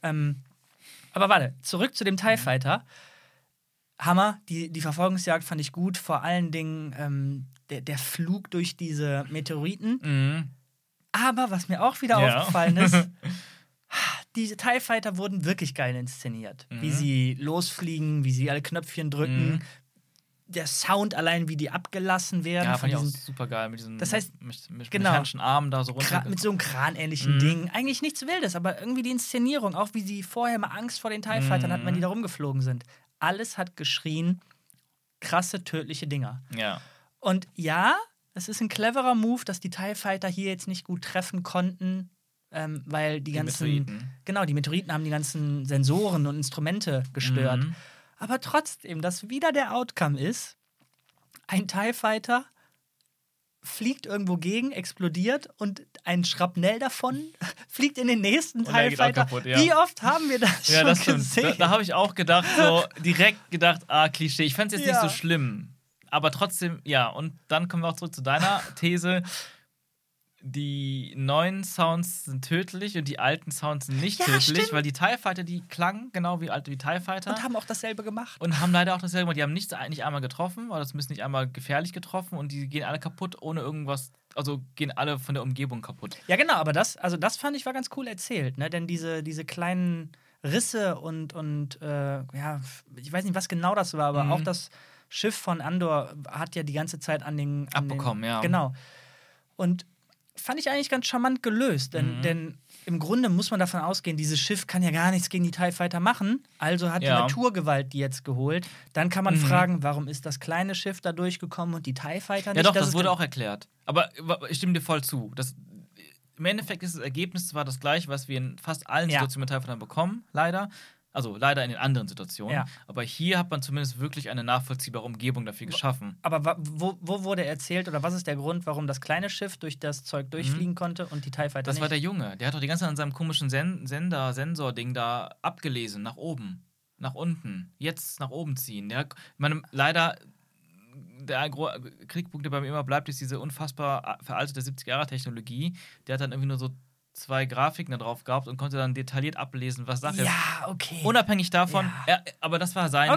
Speaker 2: Aber warte, zurück zu dem TIE Fighter. Hammer, die Verfolgungsjagd fand ich gut, vor allen Dingen der Flug durch diese Meteoriten. Aber was mir auch wieder aufgefallen ist, diese TIE Fighter wurden wirklich geil inszeniert. Wie sie losfliegen, wie sie alle Knöpfchen drücken, der Sound allein, wie die abgelassen werden.
Speaker 1: Ja, fand ich auch super geil mit diesen
Speaker 2: das heißt,
Speaker 1: mechanischen Armen da so runter.
Speaker 2: Mit so einem kranähnlichen Ding. Eigentlich nichts Wildes, aber irgendwie die Inszenierung, auch wie sie vorher mal Angst vor den TIE Fightern hatten, wenn die da rumgeflogen sind. Alles hat geschrien, krasse, tödliche Dinger.
Speaker 1: Ja.
Speaker 2: Und ja, es ist ein cleverer Move, dass die TIE Fighter hier jetzt nicht gut treffen konnten, weil die ganzen
Speaker 1: Meteoriten.
Speaker 2: Genau, die Meteoriten haben die ganzen Sensoren und Instrumente gestört. Aber trotzdem, dass wieder der Outcome ist, ein TIE Fighter fliegt irgendwo gegen, explodiert und ein Schrapnell davon fliegt in den nächsten TIE Fighter.
Speaker 1: Kaputt, ja.
Speaker 2: Wie oft haben wir das schon
Speaker 1: das
Speaker 2: gesehen?
Speaker 1: Da habe ich auch gedacht, direkt gedacht, Klischee. Ich fand es jetzt nicht so schlimm. Aber trotzdem, ja. Und dann kommen wir auch zurück zu deiner These. Die neuen Sounds sind tödlich und die alten Sounds sind nicht tödlich,
Speaker 2: stimmt.
Speaker 1: wie TIE Fighter, die klangen genau wie TIE Fighter.
Speaker 2: Und haben auch dasselbe gemacht.
Speaker 1: Und haben leider auch dasselbe gemacht. Die haben nicht einmal getroffen, oder zumindest nicht einmal gefährlich getroffen und die gehen alle kaputt, ohne irgendwas, also gehen alle von der Umgebung kaputt.
Speaker 2: Ja, genau, aber das fand ich war ganz cool erzählt, ne? Denn diese kleinen Risse und ich weiß nicht, was genau das war, aber auch das Schiff von Andor hat ja die ganze Zeit
Speaker 1: abbekommen, ja.
Speaker 2: Genau. Und fand ich eigentlich ganz charmant gelöst, denn im Grunde muss man davon ausgehen, dieses Schiff kann ja gar nichts gegen die TIE Fighter machen, also hat die Naturgewalt die jetzt geholt. Dann kann man fragen, warum ist das kleine Schiff da durchgekommen und die TIE Fighter nicht?
Speaker 1: Ja doch, das wurde auch erklärt. Aber ich stimme dir voll zu. Im Endeffekt ist das Ergebnis zwar das gleiche, was wir in fast allen Situationen mit TIE Fightern bekommen, leider. Also leider in den anderen Situationen. Ja. Aber hier hat man zumindest wirklich eine nachvollziehbare Umgebung dafür geschaffen.
Speaker 2: Aber wo wurde erzählt oder was ist der Grund, warum das kleine Schiff durch das Zeug durchfliegen konnte und die TIE Fighter
Speaker 1: Das
Speaker 2: nicht?
Speaker 1: war der Junge. Der hat doch die ganze Zeit an seinem komischen Sensor-Ding da abgelesen. Nach oben, nach unten. Jetzt nach oben ziehen. Leider, der Kritikpunkt, der bei mir immer bleibt, ist diese unfassbar veraltete 70er-Jahre-Technologie. Der hat dann irgendwie nur so 2 Grafiken da drauf gehabt und konnte dann detailliert ablesen, was Sache ist.
Speaker 2: Ja, okay.
Speaker 1: Unabhängig davon, aber das war sein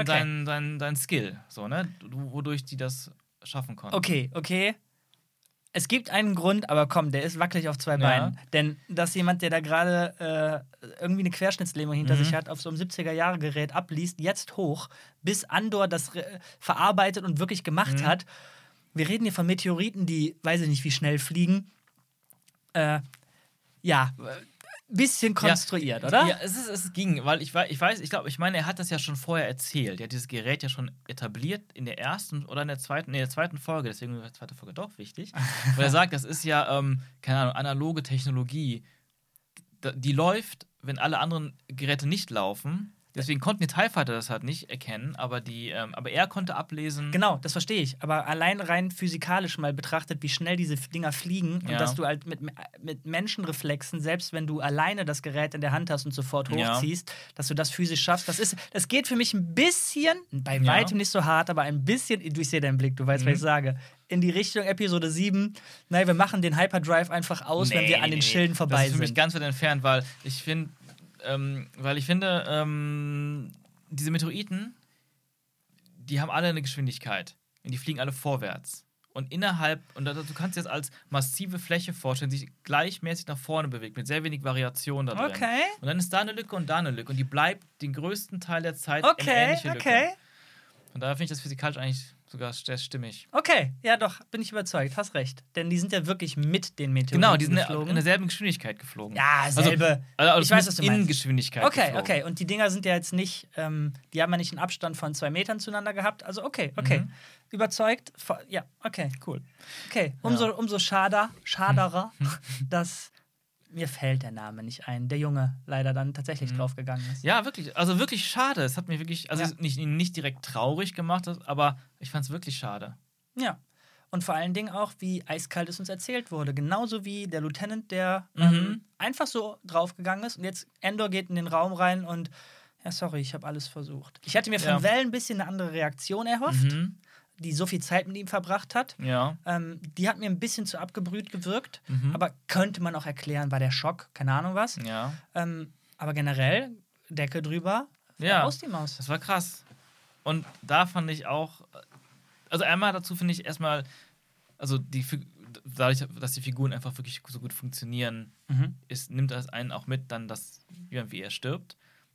Speaker 1: Skill, so, ne? Wodurch die das schaffen konnten.
Speaker 2: Okay. Es gibt einen Grund, aber komm, der ist wackelig auf 2 Beinen. Denn dass jemand, der da gerade irgendwie eine Querschnittslähmung hinter sich hat, auf so einem 70er-Jahre-Gerät abliest, jetzt hoch, bis Andor das verarbeitet und wirklich gemacht hat. Wir reden hier von Meteoriten, die, weiß ich nicht, wie schnell fliegen. Bisschen konstruiert, oder?
Speaker 1: Ja, es ging, weil ich meine, er hat das ja schon vorher erzählt. Er hat dieses Gerät ja schon etabliert in der ersten oder in der zweiten Folge, deswegen war die zweite Folge doch wichtig. Weil er sagt, das ist ja, keine Ahnung, analoge Technologie, die läuft, wenn alle anderen Geräte nicht laufen. Deswegen konnten die TIE Fighter das halt nicht erkennen, aber er konnte ablesen.
Speaker 2: Genau, das verstehe ich. Aber allein rein physikalisch mal betrachtet, wie schnell diese Dinger fliegen und dass du halt mit Menschenreflexen, selbst wenn du alleine das Gerät in der Hand hast und sofort hochziehst, dass du das physisch schaffst, das geht für mich ein bisschen, bei weitem nicht so hart, aber ein bisschen, ich sehe deinen Blick, du weißt, was ich sage, in die Richtung Episode 7, nein, wir machen den Hyperdrive einfach aus, wenn wir an den Schilden vorbei sind.
Speaker 1: Das ist für mich ganz weit entfernt, weil ich finde, diese Meteoriten, die haben alle eine Geschwindigkeit. Und die fliegen alle vorwärts. Und du kannst dir das als massive Fläche vorstellen, die sich gleichmäßig nach vorne bewegt, mit sehr wenig Variation da drin.
Speaker 2: Okay.
Speaker 1: Und dann ist da eine Lücke und da eine Lücke. Und die bleibt den größten Teil der Zeit eine ähnliche Lücke.
Speaker 2: Okay.
Speaker 1: Und daher finde ich das physikalisch eigentlich sogar sehr stimmig.
Speaker 2: Okay, ja doch, bin ich überzeugt, hast recht. Denn die sind ja wirklich mit den Meteoriten
Speaker 1: geflogen. Genau, die sind
Speaker 2: geflogen.
Speaker 1: in derselben Geschwindigkeit geflogen.
Speaker 2: Ja, selbe.
Speaker 1: Also
Speaker 2: ich weiß, was du meinst.
Speaker 1: In Geschwindigkeit geflogen.
Speaker 2: Okay. Und die Dinger sind ja jetzt nicht, die haben ja nicht einen Abstand von 2 Metern zueinander gehabt. Also okay. Überzeugt. Ja, okay, cool. Okay, umso schaderer, dass mir fällt der Name nicht ein. Der Junge leider dann tatsächlich draufgegangen ist.
Speaker 1: Ja, wirklich. Also wirklich schade. Es hat mich wirklich, nicht direkt traurig gemacht, aber ich fand es wirklich schade.
Speaker 2: Ja. Und vor allen Dingen auch, wie eiskalt es uns erzählt wurde. Genauso wie der Lieutenant, der einfach so draufgegangen ist. Und jetzt Endor geht in den Raum rein und ja, sorry, ich habe alles versucht. Ich hatte mir von Val ein bisschen eine andere Reaktion erhofft, die so viel Zeit mit ihm verbracht hat.
Speaker 1: Ja.
Speaker 2: Die hat mir ein bisschen zu abgebrüht gewirkt. Aber könnte man auch erklären, war der Schock, keine Ahnung was.
Speaker 1: Ja.
Speaker 2: Aber generell, Decke drüber, aus die Maus.
Speaker 1: Das war krass. Und da fand ich auch, also einmal dazu finde ich erstmal, also dadurch, dass die Figuren einfach wirklich so gut funktionieren, nimmt das einen auch mit, dann, wie er stirbt.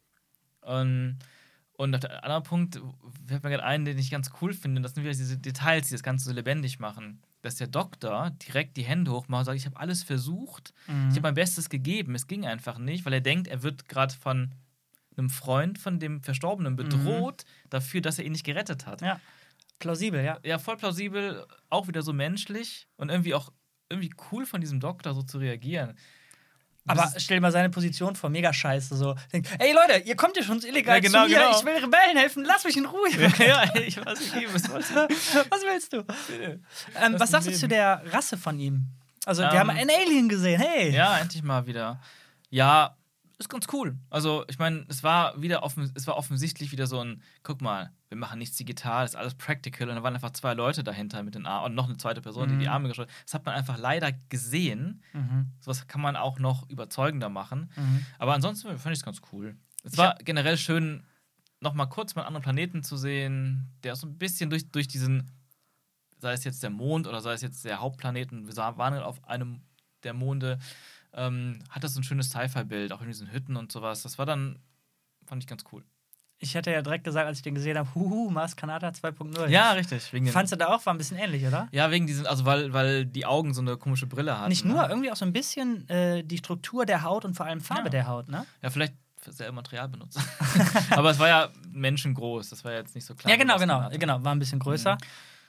Speaker 1: Und auf der anderen Punkt fällt mir gerade ein, den ich ganz cool finde, das sind wieder diese Details, die das Ganze so lebendig machen. Dass der Doktor direkt die Hände hochmacht und sagt, ich habe alles versucht, ich habe mein Bestes gegeben, es ging einfach nicht, weil er denkt, er wird gerade von einem Freund von dem Verstorbenen bedroht dafür, dass er ihn nicht gerettet hat.
Speaker 2: Ja, plausibel, ja.
Speaker 1: Ja, voll plausibel, auch wieder so menschlich und irgendwie cool von diesem Doktor so zu reagieren.
Speaker 2: Aber stell dir mal seine Position vor, mega scheiße. So, denkt, ey Leute, ihr kommt hier schon illegal
Speaker 1: genau,
Speaker 2: zu mir, ich will Rebellen helfen, lass mich in Ruhe.
Speaker 1: Ja, ich weiß nicht,
Speaker 2: was willst du? Was sagst du zu der Rasse von ihm? Also, wir haben einen Alien gesehen, hey.
Speaker 1: Ja, endlich mal wieder. Ja, ist ganz cool. Also, ich meine, es war offensichtlich wieder so ein, guck mal, wir machen nichts digital, ist alles practical. Und da waren einfach 2 Leute dahinter mit den Armen und noch eine zweite Person, die Arme gesteuert hat. Das hat man einfach leider gesehen. Sowas kann man auch noch überzeugender machen. Aber ansonsten fand ich es ganz cool. Es war generell schön, noch mal kurz mal einen anderen Planeten zu sehen, der so ein bisschen durch diesen, sei es jetzt der Mond oder sei es jetzt der Hauptplaneten, wir waren auf einem der Monde, hat das so ein schönes Sci-Fi-Bild, auch in diesen Hütten und sowas. Das war dann, fand ich ganz cool.
Speaker 2: Ich hatte ja direkt gesagt, als ich den gesehen habe, Mars Kanata 2.0.
Speaker 1: Ja, richtig.
Speaker 2: Fandst du da auch, war ein bisschen ähnlich, oder?
Speaker 1: Ja, wegen diesen, also weil die Augen so eine komische Brille hatten.
Speaker 2: Nicht nur, irgendwie auch so ein bisschen die Struktur der Haut und vor allem Farbe der Haut, ne?
Speaker 1: Ja, vielleicht für selber Material benutzt. Aber es war ja menschengroß, das war ja jetzt nicht so klein.
Speaker 2: Ja, genau, war ein bisschen größer.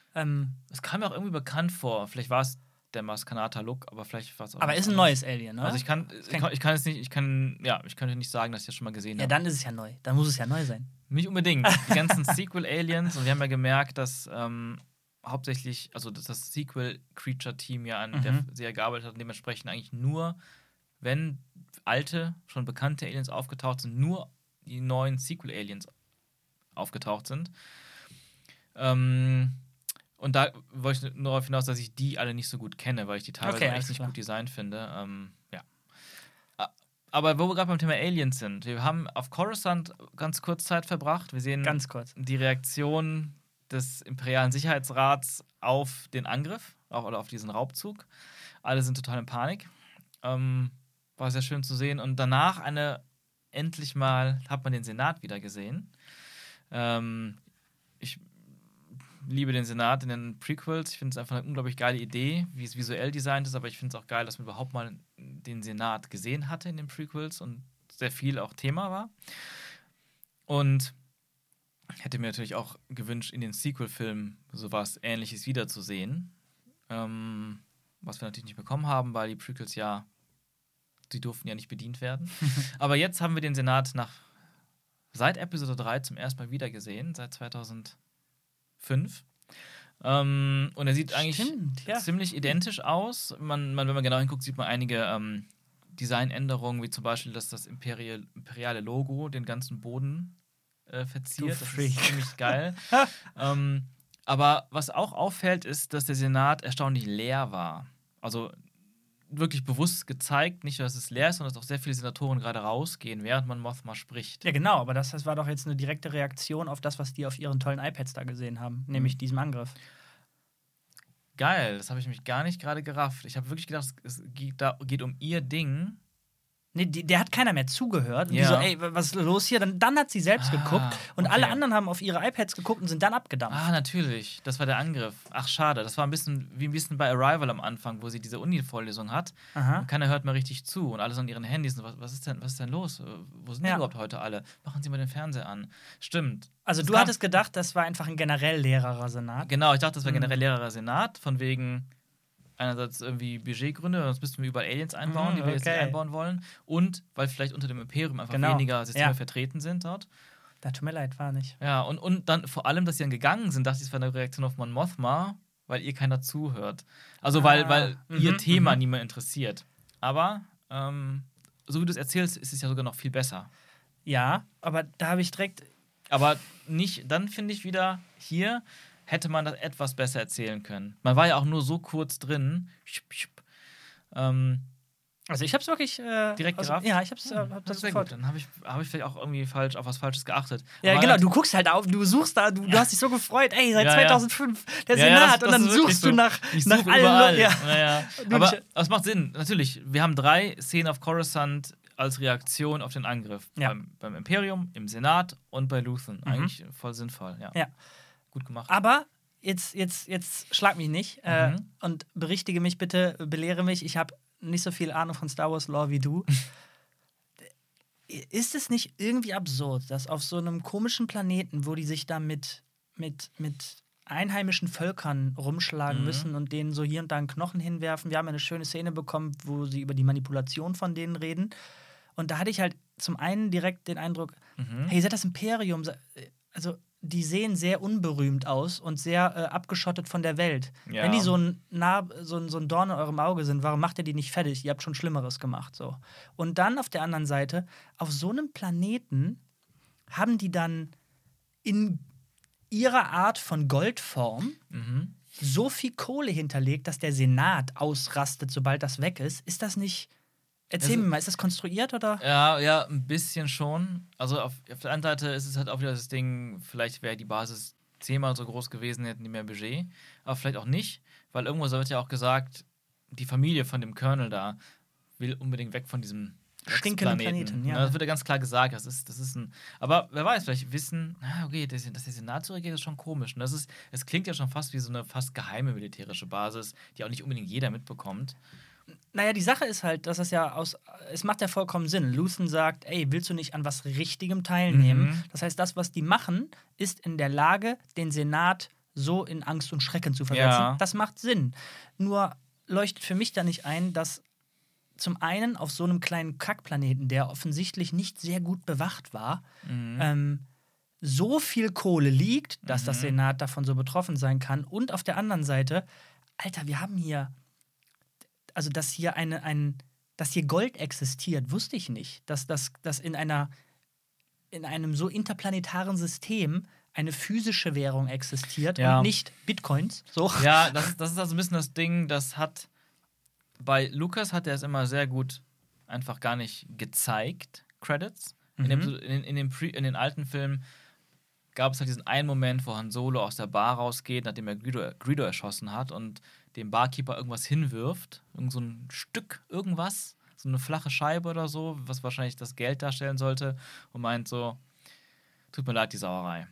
Speaker 1: Es kam mir auch irgendwie bekannt vor. Vielleicht war es der Mars Kanata-Look, aber vielleicht war es auch.
Speaker 2: Aber ist ein neues Alien, ne?
Speaker 1: Also ich kann es nicht, ich könnte nicht sagen, dass ich das schon mal gesehen habe.
Speaker 2: Ja, dann ist es ja neu. Dann muss es ja neu sein.
Speaker 1: Nicht unbedingt. Die ganzen Sequel-Aliens, und wir haben ja gemerkt, dass hauptsächlich, also das Sequel-Creature-Team ja an der Serie gearbeitet hat und dementsprechend eigentlich nur, wenn alte, schon bekannte Aliens aufgetaucht sind, nur die neuen Sequel-Aliens aufgetaucht sind. Und da wollte ich nur darauf hinaus, dass ich die alle nicht so gut kenne, weil ich die teilweise echt nicht gut designt finde. Ja. Aber wo wir gerade beim Thema Aliens sind, wir haben auf Coruscant ganz kurz Zeit verbracht. Wir sehen die Reaktion des Imperialen Sicherheitsrats auf den Angriff, oder auf diesen Raubzug. Alle sind total in Panik. War sehr schön zu sehen. Und danach endlich mal hat man den Senat wieder gesehen. Ich liebe den Senat in den Prequels. Ich finde es einfach eine unglaublich geile Idee, wie es visuell designt ist, aber ich finde es auch geil, dass man überhaupt mal den Senat gesehen hatte in den Prequels und sehr viel auch Thema war. Und hätte mir natürlich auch gewünscht, in den Sequel-Filmen sowas Ähnliches wiederzusehen. Was wir natürlich nicht bekommen haben, weil die Prequels die durften ja nicht bedient werden. Aber jetzt haben wir den Senat seit Episode 3 zum ersten Mal wieder gesehen, seit 2005. Und er sieht eigentlich ziemlich identisch aus. Wenn man genau hinguckt, sieht man einige Designänderungen, wie zum Beispiel, dass das imperiale Logo den ganzen Boden verziert. Das ist ziemlich geil. Aber was auch auffällt, ist, dass der Senat erstaunlich leer war. Also wirklich bewusst gezeigt, nicht nur, dass es leer ist, sondern dass auch sehr viele Senatoren gerade rausgehen, während man Mothma spricht.
Speaker 2: Ja, genau, aber das war doch jetzt eine direkte Reaktion auf das, was die auf ihren tollen iPads da gesehen haben, nämlich diesem Angriff.
Speaker 1: Geil, das habe ich mich gar nicht gerade gerafft. Ich habe wirklich gedacht, es geht um ihr Ding.
Speaker 2: Nee, der hat keiner mehr zugehört. Und die so, ey, was ist los hier? Dann hat sie selbst geguckt und alle anderen haben auf ihre iPads geguckt und sind dann abgedampft.
Speaker 1: Natürlich. Das war der Angriff. Ach, schade. Das war ein bisschen bei Arrival am Anfang, wo sie diese Uni-Vorlesung hat. Und keiner hört mal richtig zu und alles an ihren Handys. Was ist denn los? Wo sind die überhaupt heute alle? Machen Sie mal den Fernseher an. Stimmt.
Speaker 2: Also du hattest gedacht, das war einfach ein generell leerer Senat?
Speaker 1: Genau, ich dachte, das war generell leerer Senat, von wegen einerseits irgendwie Budgetgründe, sonst müssten wir überall Aliens einbauen, die wir jetzt nicht einbauen wollen. Und weil vielleicht unter dem Imperium einfach weniger Systeme vertreten sind dort.
Speaker 2: Da tut mir leid, war nicht.
Speaker 1: Ja, und dann vor allem, dass sie dann gegangen sind, dachte ich, es war eine Reaktion auf Mon Mothma, weil ihr keiner zuhört. Also weil ihr Thema niemand interessiert. Aber so wie du es erzählst, ist es ja sogar noch viel besser.
Speaker 2: Ja, aber da habe ich direkt.
Speaker 1: Aber nicht, dann finde ich wieder, hier hätte man das etwas besser erzählen können. Man war ja auch nur so kurz drin.
Speaker 2: Also ich habe es wirklich
Speaker 1: direkt gerafft?
Speaker 2: Ja, ich habe es
Speaker 1: das sehr gut. Dann habe ich vielleicht auch irgendwie auf was Falsches geachtet.
Speaker 2: Ja,
Speaker 1: aber
Speaker 2: genau, du guckst halt auf, du suchst da, du hast dich so gefreut, ey, seit 2005, der Senat, und dann suchst du nach
Speaker 1: allen. Aber es macht Sinn, natürlich. Wir haben 3 Szenen auf Coruscant als Reaktion auf den Angriff.
Speaker 2: Ja.
Speaker 1: Beim Imperium, im Senat und bei Luthen. Eigentlich voll sinnvoll, ja. Gut gemacht.
Speaker 2: Aber jetzt schlag mich nicht und berichtige mich bitte, belehre mich, ich habe nicht so viel Ahnung von Star Wars Lore wie du. Ist es nicht irgendwie absurd, dass auf so einem komischen Planeten, wo die sich da mit einheimischen Völkern rumschlagen müssen und denen so hier und da einen Knochen hinwerfen. Wir haben eine schöne Szene bekommen, wo sie über die Manipulation von denen reden. Und da hatte ich halt zum einen direkt den Eindruck, hey, seid das Imperium, also die sehen sehr unberühmt aus und sehr abgeschottet von der Welt.
Speaker 1: Ja.
Speaker 2: Wenn die so ein Dorn in eurem Auge sind, warum macht ihr die nicht fertig? Ihr habt schon Schlimmeres gemacht. So. Und dann auf der anderen Seite, auf so einem Planeten haben die dann in ihrer Art von Goldform so viel Kohle hinterlegt, dass der Senat ausrastet, sobald das weg ist. Ist das nicht... Erzähl mir mal, ist das konstruiert oder?
Speaker 1: Ja, ein bisschen schon. Also auf der einen Seite ist es halt auch wieder das Ding, vielleicht wäre die Basis 10-mal so groß gewesen, hätten die mehr Budget. Aber vielleicht auch nicht, weil irgendwo wird ja auch gesagt, die Familie von dem Colonel da will unbedingt weg von diesem
Speaker 2: stinkenden Planeten. Ja.
Speaker 1: Das wird ja ganz klar gesagt. Das ist ein. Aber wer weiß, vielleicht wissen, okay, dass der Senat zurückgeht, ist schon komisch. Und es klingt ja schon fast wie so eine fast geheime militärische Basis, die auch nicht unbedingt jeder mitbekommt.
Speaker 2: Naja, die Sache ist halt, dass das ja es macht ja vollkommen Sinn. Luthen sagt, ey, willst du nicht an was Richtigem teilnehmen? Das heißt, das, was die machen, ist in der Lage, den Senat so in Angst und Schrecken zu versetzen.
Speaker 1: Ja.
Speaker 2: Das macht Sinn. Nur leuchtet für mich da nicht ein, dass zum einen auf so einem kleinen Kackplaneten, der offensichtlich nicht sehr gut bewacht war, so viel Kohle liegt, dass das Senat davon so betroffen sein kann. Und auf der anderen Seite, Alter, wir haben hier also dass hier dass hier Gold existiert, wusste ich nicht. Dass in einem so interplanetaren System eine physische Währung existiert und nicht Bitcoins. So.
Speaker 1: Ja, das ist also ein bisschen das Ding, bei Lucas hat er es immer sehr gut einfach gar nicht gezeigt, Credits. In den alten Filmen gab es halt diesen einen Moment, wo Han Solo aus der Bar rausgeht, nachdem er Greedo erschossen hat und dem Barkeeper irgendwas hinwirft. Irgend so ein Stück irgendwas, so eine flache Scheibe oder so, was wahrscheinlich das Geld darstellen sollte und meint so, tut mir leid, die Sauerei.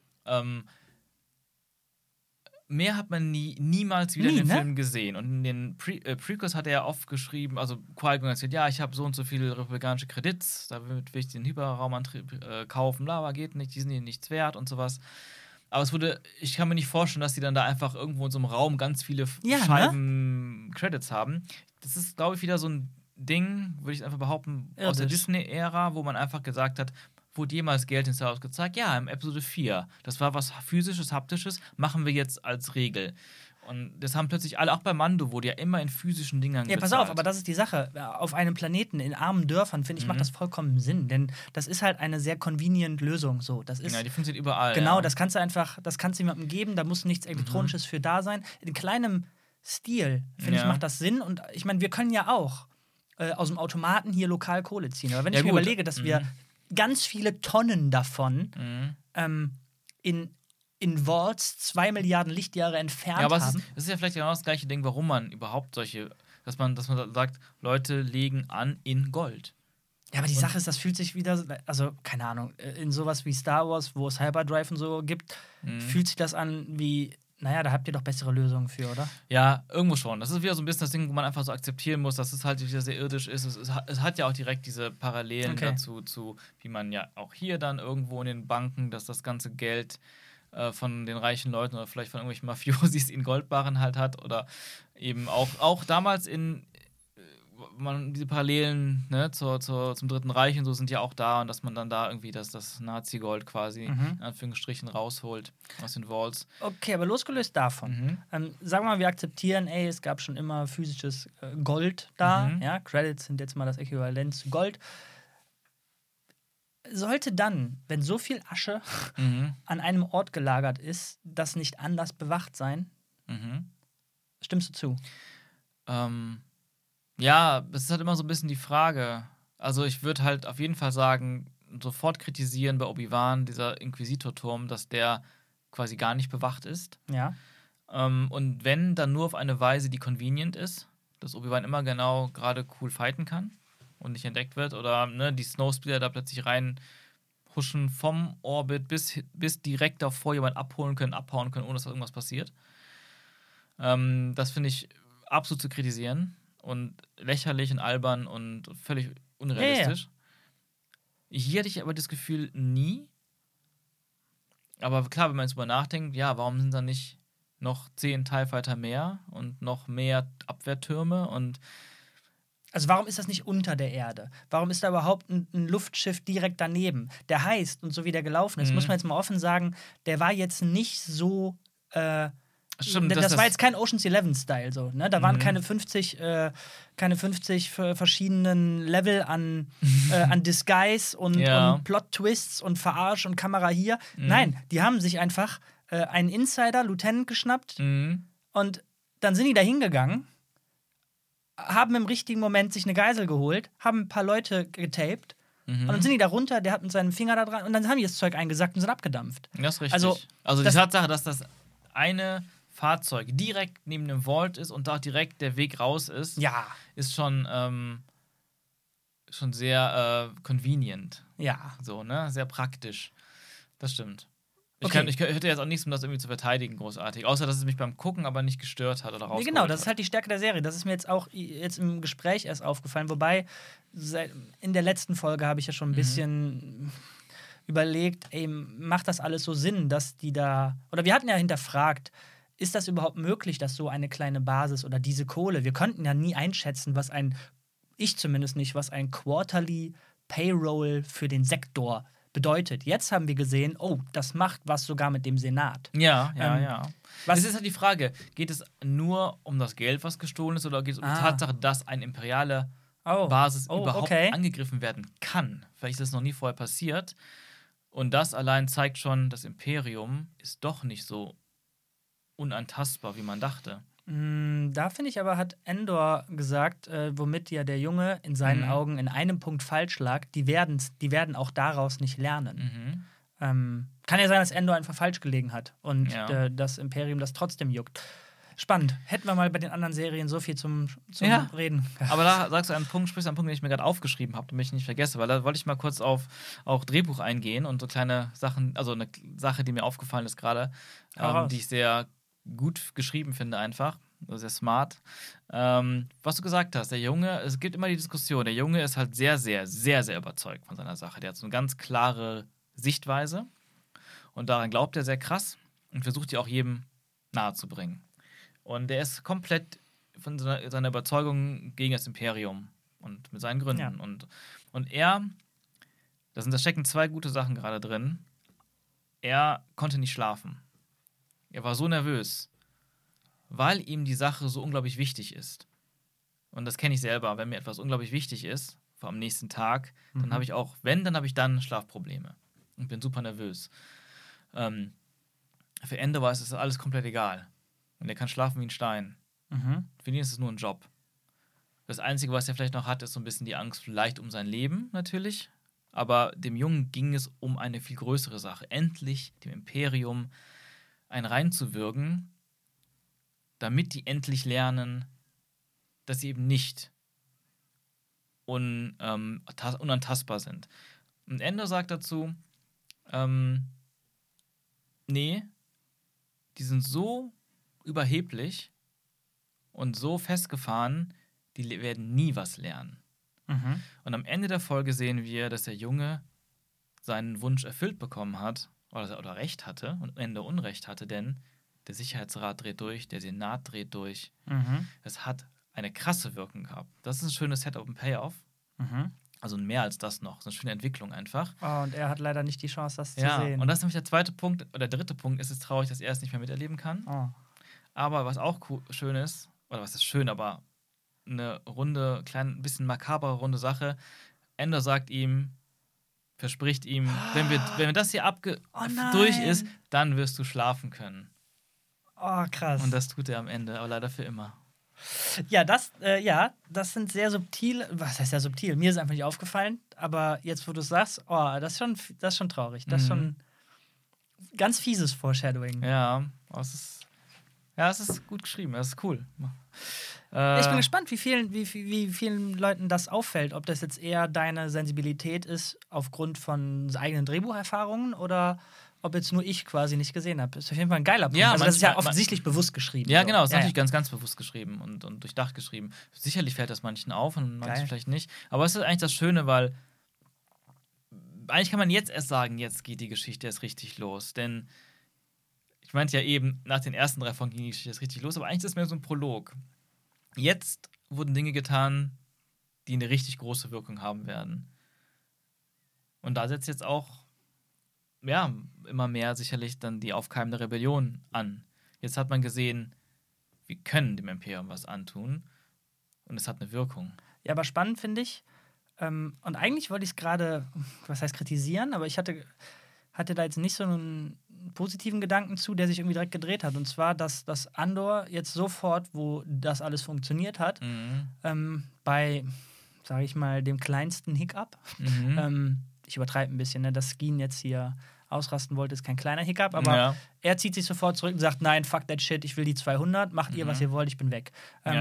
Speaker 1: Mehr hat man niemals wieder in den Film gesehen. Und in den Prequels hat er ja oft geschrieben, also Qui-Gon hat gesagt, ja, ich habe so und so viele republikanische Kredits, damit will ich den Hyperraumantrieb kaufen, bla, geht nicht, die sind hier nichts wert und sowas. Aber ich kann mir nicht vorstellen, dass die dann da einfach irgendwo in so einem Raum ganz viele Scheiben Credits haben. Das ist, glaube ich, wieder so ein Ding, würde ich einfach behaupten, aus der Disney-Ära, wo man einfach gesagt hat, wurde jemals Geld in Star Wars gezeigt? Ja, im Episode 4. Das war was Physisches, Haptisches, machen wir jetzt als Regel. Und das haben plötzlich alle, auch bei Mando, wurde ja immer in physischen Dingern
Speaker 2: bezahlt. Ja, pass auf, aber das ist die Sache. Auf einem Planeten in armen Dörfern, finde ich, macht das vollkommen Sinn. Denn das ist halt eine sehr convenient Lösung. So, das ist,
Speaker 1: die funktioniert überall.
Speaker 2: Genau, das kannst du jemandem geben, da muss nichts Elektronisches für da sein. In kleinem Stil, finde ich, macht das Sinn. Und ich meine, wir können ja auch aus dem Automaten hier lokal Kohle ziehen. Aber wenn ich mir überlege, dass wir ganz viele Tonnen davon in Vaults 2 Milliarden Lichtjahre entfernt haben. Ja, aber
Speaker 1: es ist ja vielleicht genau das gleiche Ding, warum man überhaupt dass man sagt, Leute legen an in Gold.
Speaker 2: Ja, aber die Sache ist, das fühlt sich wieder, also keine Ahnung, in sowas wie Star Wars, wo es Hyperdrive und so gibt, fühlt sich das an wie, naja, da habt ihr doch bessere Lösungen für, oder?
Speaker 1: Ja, irgendwo schon. Das ist wieder so ein bisschen das Ding, wo man einfach so akzeptieren muss, dass es halt wieder sehr irdisch ist. Es hat ja auch direkt diese Parallelen dazu, wie man ja auch hier dann irgendwo in den Banken, dass das ganze Geld von den reichen Leuten oder vielleicht von irgendwelchen Mafiosis in Goldbarren halt hat oder eben auch damals diese Parallelen, ne, zum Dritten Reich und so sind ja auch da und dass man dann da irgendwie das Nazi-Gold quasi in Anführungsstrichen rausholt aus den Vaults.
Speaker 2: Okay, aber losgelöst davon. Sagen wir mal, wir akzeptieren, es gab schon immer physisches Gold da. Ja, Credits sind jetzt mal das Äquivalent zu Gold. Sollte dann, wenn so viel Asche an einem Ort gelagert ist, das nicht anders bewacht sein? Stimmst du zu?
Speaker 1: Ja, es ist halt immer so ein bisschen die Frage. Also ich würde halt auf jeden Fall sagen, sofort kritisieren bei Obi-Wan, dieser Inquisitor-Turm, dass der quasi gar nicht bewacht ist.
Speaker 2: Ja.
Speaker 1: Und wenn, dann nur auf eine Weise, die convenient ist, dass Obi-Wan immer genau gerade cool fighten kann und nicht entdeckt wird. Oder ne, die Snowspeeder da plötzlich rein huschen vom Orbit bis direkt davor jemand abhauen können, ohne dass da irgendwas passiert. Das finde ich absolut zu kritisieren und lächerlich und albern und völlig unrealistisch. Hier hatte ich aber das Gefühl, nie. Aber klar, wenn man jetzt drüber nachdenkt, ja, warum sind da nicht noch 10 TIE Fighter mehr und noch mehr Abwehrtürme und
Speaker 2: also warum ist das nicht unter der Erde? Warum ist da überhaupt ein Luftschiff direkt daneben? Der heißt, und so wie der gelaufen ist, muss man jetzt mal offen sagen, der war jetzt nicht so
Speaker 1: stimmt,
Speaker 2: das war jetzt kein Ocean's 11-Style so, ne? Da waren keine 50 verschiedenen Level an Disguise und Plot-Twists und Verarsch und Kamera hier. Nein, die haben sich einfach einen Insider, Lieutenant, geschnappt und dann sind die da hingegangen, haben im richtigen Moment sich eine Geisel geholt, haben ein paar Leute getaped und dann sind die da runter, der hat mit seinem Finger da dran und dann haben die das Zeug eingesackt und sind abgedampft.
Speaker 1: Das ist richtig. Also die Tatsache, dass das eine Fahrzeug direkt neben dem Vault ist und da direkt der Weg raus ist, ist schon sehr convenient.
Speaker 2: Ja.
Speaker 1: So, ne? Sehr praktisch. Das stimmt. Ich hätte jetzt auch nichts, um das irgendwie zu verteidigen, großartig. Außer, dass es mich beim Gucken aber nicht gestört hat oder rausgeholt
Speaker 2: genau, das ist halt die Stärke der Serie. Das ist mir jetzt auch jetzt im Gespräch erst aufgefallen. Wobei, in der letzten Folge habe ich ja schon ein bisschen überlegt, macht das alles so Sinn, dass die da. Oder wir hatten ja hinterfragt, ist das überhaupt möglich, dass so eine kleine Basis oder diese Kohle, wir konnten ja nie einschätzen, ich zumindest nicht, was ein Quarterly Payroll für den Sektor bedeutet. Jetzt haben wir gesehen, das macht was sogar mit dem Senat.
Speaker 1: Ja. Das ist halt die Frage, geht es nur um das Geld, was gestohlen ist, oder geht es um die Tatsache, dass eine imperiale Basis überhaupt angegriffen werden kann? Vielleicht ist das noch nie vorher passiert. Und das allein zeigt schon, das Imperium ist doch nicht so unantastbar, wie man dachte.
Speaker 2: Da finde ich aber, hat Endor gesagt, womit ja der Junge in seinen Augen in einem Punkt falsch lag, die werden auch daraus nicht lernen. Kann ja sein, dass Endor einfach falsch gelegen hat und das Imperium das trotzdem juckt. Spannend. Hätten wir mal bei den anderen Serien so viel zum Reden.
Speaker 1: Aber da sprichst du einen Punkt, den ich mir gerade aufgeschrieben habe, damit ich nicht vergesse, weil da wollte ich mal kurz auf auch Drehbuch eingehen und so kleine Sachen, also eine Sache, die mir aufgefallen ist gerade, die ich sehr gut geschrieben finde einfach, also sehr smart. Was du gesagt hast, der Junge, es gibt immer die Diskussion, der Junge ist halt sehr, sehr, sehr, sehr überzeugt von seiner Sache. Der hat so eine ganz klare Sichtweise und daran glaubt er sehr krass und versucht die auch jedem nahezubringen. Und der ist komplett von seiner Überzeugung gegen das Imperium und mit seinen Gründen. Ja. Und da stecken 2 gute Sachen gerade drin. Er konnte nicht schlafen. Er war so nervös, weil ihm die Sache so unglaublich wichtig ist. Und das kenne ich selber. Wenn mir etwas unglaublich wichtig ist, vor am nächsten Tag, dann habe ich auch, dann habe ich dann Schlafprobleme. Und bin super nervös. Für Ende war es alles komplett egal. Und er kann schlafen wie ein Stein. Für ihn ist es nur ein Job. Das Einzige, was er vielleicht noch hat, ist so ein bisschen die Angst vielleicht um sein Leben, natürlich. Aber dem Jungen ging es um eine viel größere Sache. Endlich dem Imperium einen reinzuwirken, damit die endlich lernen, dass sie eben nicht unantastbar sind. Und Endor sagt dazu, nee, die sind so überheblich und so festgefahren, die werden nie was lernen. Und am Ende der Folge sehen wir, dass der Junge seinen Wunsch erfüllt bekommen hat oder Recht hatte und am Ende Unrecht hatte, denn der Sicherheitsrat dreht durch, der Senat dreht durch. Es hat eine krasse Wirkung gehabt. Das ist ein schönes Setup und Payoff. Also mehr als das noch. So eine schöne Entwicklung einfach.
Speaker 2: Oh, und er hat leider nicht die Chance, das zu sehen.
Speaker 1: Und das ist nämlich der zweite Punkt, oder der dritte Punkt, ist es traurig, dass er es nicht mehr miterleben kann.
Speaker 2: Oh.
Speaker 1: Aber was auch schön ist, oder was ist schön, aber eine runde, ein bisschen makabere runde Sache. Endor sagt ihm, verspricht ihm, wenn wir das hier durch ist, dann wirst du schlafen können.
Speaker 2: Oh, krass.
Speaker 1: Und das tut er am Ende, aber leider für immer.
Speaker 2: Ja, das sind sehr subtil. Was heißt ja subtil? Mir ist einfach nicht aufgefallen. Aber jetzt, wo du es sagst, das ist schon traurig. Das ist schon ganz fieses Foreshadowing.
Speaker 1: Ja, es ist gut geschrieben. Es ist cool.
Speaker 2: Ich bin gespannt, wie vielen Leuten das auffällt. Ob das jetzt eher deine Sensibilität ist aufgrund von eigenen Drehbucherfahrungen oder ob jetzt nur ich quasi nicht gesehen habe. Ist auf jeden Fall ein geiler Punkt.
Speaker 1: Ja,
Speaker 2: also das ist ja offensichtlich bewusst geschrieben.
Speaker 1: Ja, genau. Das ist natürlich ganz, ganz bewusst geschrieben und durchdacht geschrieben. Sicherlich fällt das manchen auf und manchen vielleicht nicht. Aber es ist eigentlich das Schöne, weil eigentlich kann man jetzt erst sagen, jetzt geht die Geschichte erst richtig los. Denn ich meinte ja eben, nach den ersten 3 Folgen ging die Geschichte erst richtig los. Aber eigentlich ist es mehr so ein Prolog. Jetzt wurden Dinge getan, die eine richtig große Wirkung haben werden. Und da setzt jetzt auch immer mehr sicherlich dann die aufkeimende Rebellion an. Jetzt hat man gesehen, wir können dem Imperium was antun und es hat eine Wirkung.
Speaker 2: Ja, aber spannend finde ich, und eigentlich wollte ich es gerade, was heißt kritisieren, aber ich hatte da jetzt nicht so einen positiven Gedanken zu, der sich irgendwie direkt gedreht hat. Und zwar, dass Andor jetzt sofort, wo das alles funktioniert hat, bei, sage ich mal, dem kleinsten Hiccup, ich übertreibe ein bisschen, ne, dass Skeen jetzt hier ausrasten wollte, ist kein kleiner Hiccup, aber er zieht sich sofort zurück und sagt, nein, fuck that shit, ich will die 200, macht ihr, was ihr wollt, ich bin weg.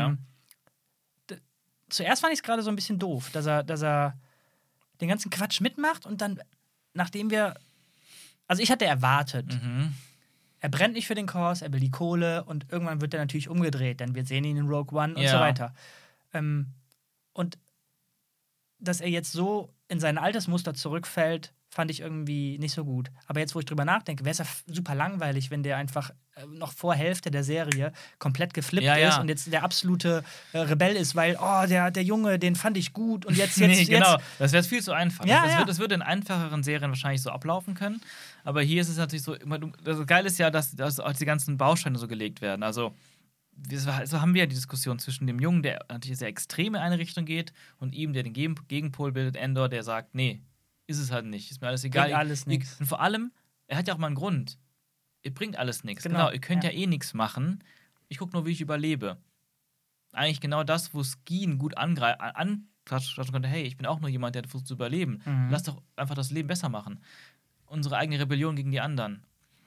Speaker 2: Zuerst fand ich es gerade so ein bisschen doof, dass er den ganzen Quatsch mitmacht und dann, nachdem also ich hatte erwartet, er brennt nicht für den Kurs, er will die Kohle und irgendwann wird er natürlich umgedreht, denn wir sehen ihn in Rogue One und so weiter. Und dass er jetzt so in sein altes Muster zurückfällt, fand ich irgendwie nicht so gut. Aber jetzt, wo ich drüber nachdenke, wäre es ja super langweilig, wenn der einfach noch vor Hälfte der Serie komplett geflippt ist und jetzt der absolute Rebell ist, weil, der Junge, den fand ich gut und jetzt.
Speaker 1: Genau, das wäre viel zu einfach.
Speaker 2: Ja,
Speaker 1: das würde in einfacheren Serien wahrscheinlich so ablaufen können. Aber hier ist es natürlich so, das Geile ist ja, dass auch die ganzen Bausteine so gelegt werden. Also, so haben wir ja die Diskussion zwischen dem Jungen, der natürlich sehr extrem in eine Richtung geht, und ihm, der den Gegenpol bildet, Endor, der sagt, nee, ist es halt nicht. Ist mir alles egal.
Speaker 2: Bringt alles nichts.
Speaker 1: Und vor allem, er hat ja auch mal einen Grund. Ihr bringt alles nichts.
Speaker 2: Genau,
Speaker 1: ihr könnt ja eh nichts machen. Ich gucke nur, wie ich überlebe. Eigentlich genau das, wo Skeen gut anquatschen konnte, hey, ich bin auch nur jemand, der versucht zu überleben. Lass doch einfach das Leben besser machen. Unsere eigene Rebellion gegen die anderen.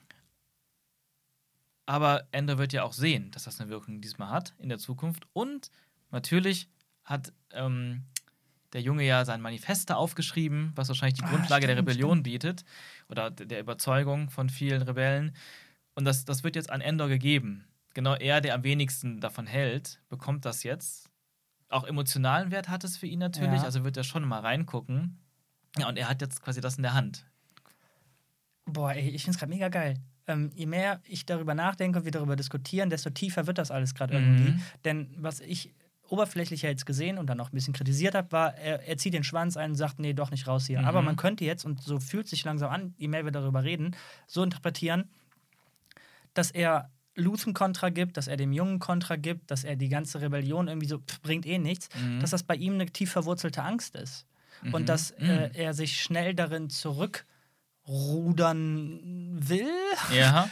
Speaker 1: Aber Endor wird ja auch sehen, dass das eine Wirkung diesmal hat in der Zukunft. Und natürlich hat der Junge ja sein Manifest da aufgeschrieben, was wahrscheinlich die Grundlage der Rebellion bietet oder der Überzeugung von vielen Rebellen. Und das wird jetzt an Endor gegeben. Genau er, der am wenigsten davon hält, bekommt das jetzt. Auch emotionalen Wert hat es für ihn natürlich, also wird er schon mal reingucken. Ja, und er hat jetzt quasi das in der Hand.
Speaker 2: Boah, ey, ich find's gerade mega geil. Je mehr ich darüber nachdenke und wir darüber diskutieren, desto tiefer wird das alles gerade irgendwie. Denn was ich oberflächlicher jetzt gesehen und dann auch ein bisschen kritisiert habe, war, er zieht den Schwanz ein und sagt, nee, doch nicht raus hier. Aber man könnte jetzt, und so fühlt sich langsam an, je mehr wir darüber reden, so interpretieren, dass er Luthen Kontra gibt, dass er dem Jungen Kontra gibt, dass er die ganze Rebellion irgendwie so, bringt eh nichts, dass das bei ihm eine tief verwurzelte Angst ist. Und dass er sich schnell darin zurückrudern will.
Speaker 1: Ja.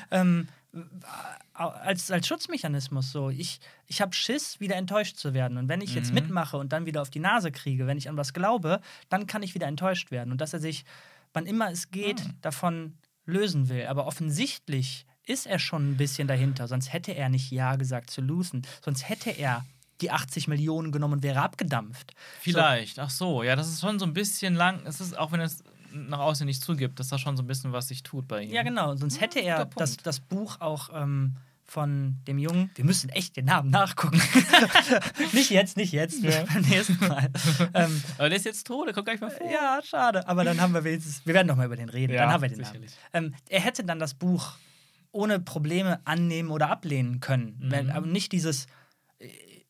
Speaker 2: Als Schutzmechanismus so. Ich habe Schiss, wieder enttäuscht zu werden. Und wenn ich jetzt mitmache und dann wieder auf die Nase kriege, wenn ich an was glaube, dann kann ich wieder enttäuscht werden. Und dass er sich, wann immer es geht, davon lösen will. Aber offensichtlich ist er schon ein bisschen dahinter. Sonst hätte er nicht Ja gesagt zu Luthen. Sonst hätte er die 80 Millionen genommen und wäre abgedampft.
Speaker 1: Vielleicht. Ach so. Ja, das ist schon so ein bisschen lang. Es ist, auch wenn es nach außen nicht zugibt, dass da schon so ein bisschen was sich tut bei ihm.
Speaker 2: Ja, genau. Sonst hätte er das Buch auch von dem Jungen, wir müssen echt den Namen nachgucken. nicht jetzt. Beim nächsten Mal.
Speaker 1: Aber der ist jetzt tot, der kommt gleich mal vor.
Speaker 2: Ja, schade. Aber dann haben wir wenigstens, wir werden noch mal über den reden, dann haben wir den Namen. Er hätte dann das Buch ohne Probleme annehmen oder ablehnen können. Aber nicht dieses,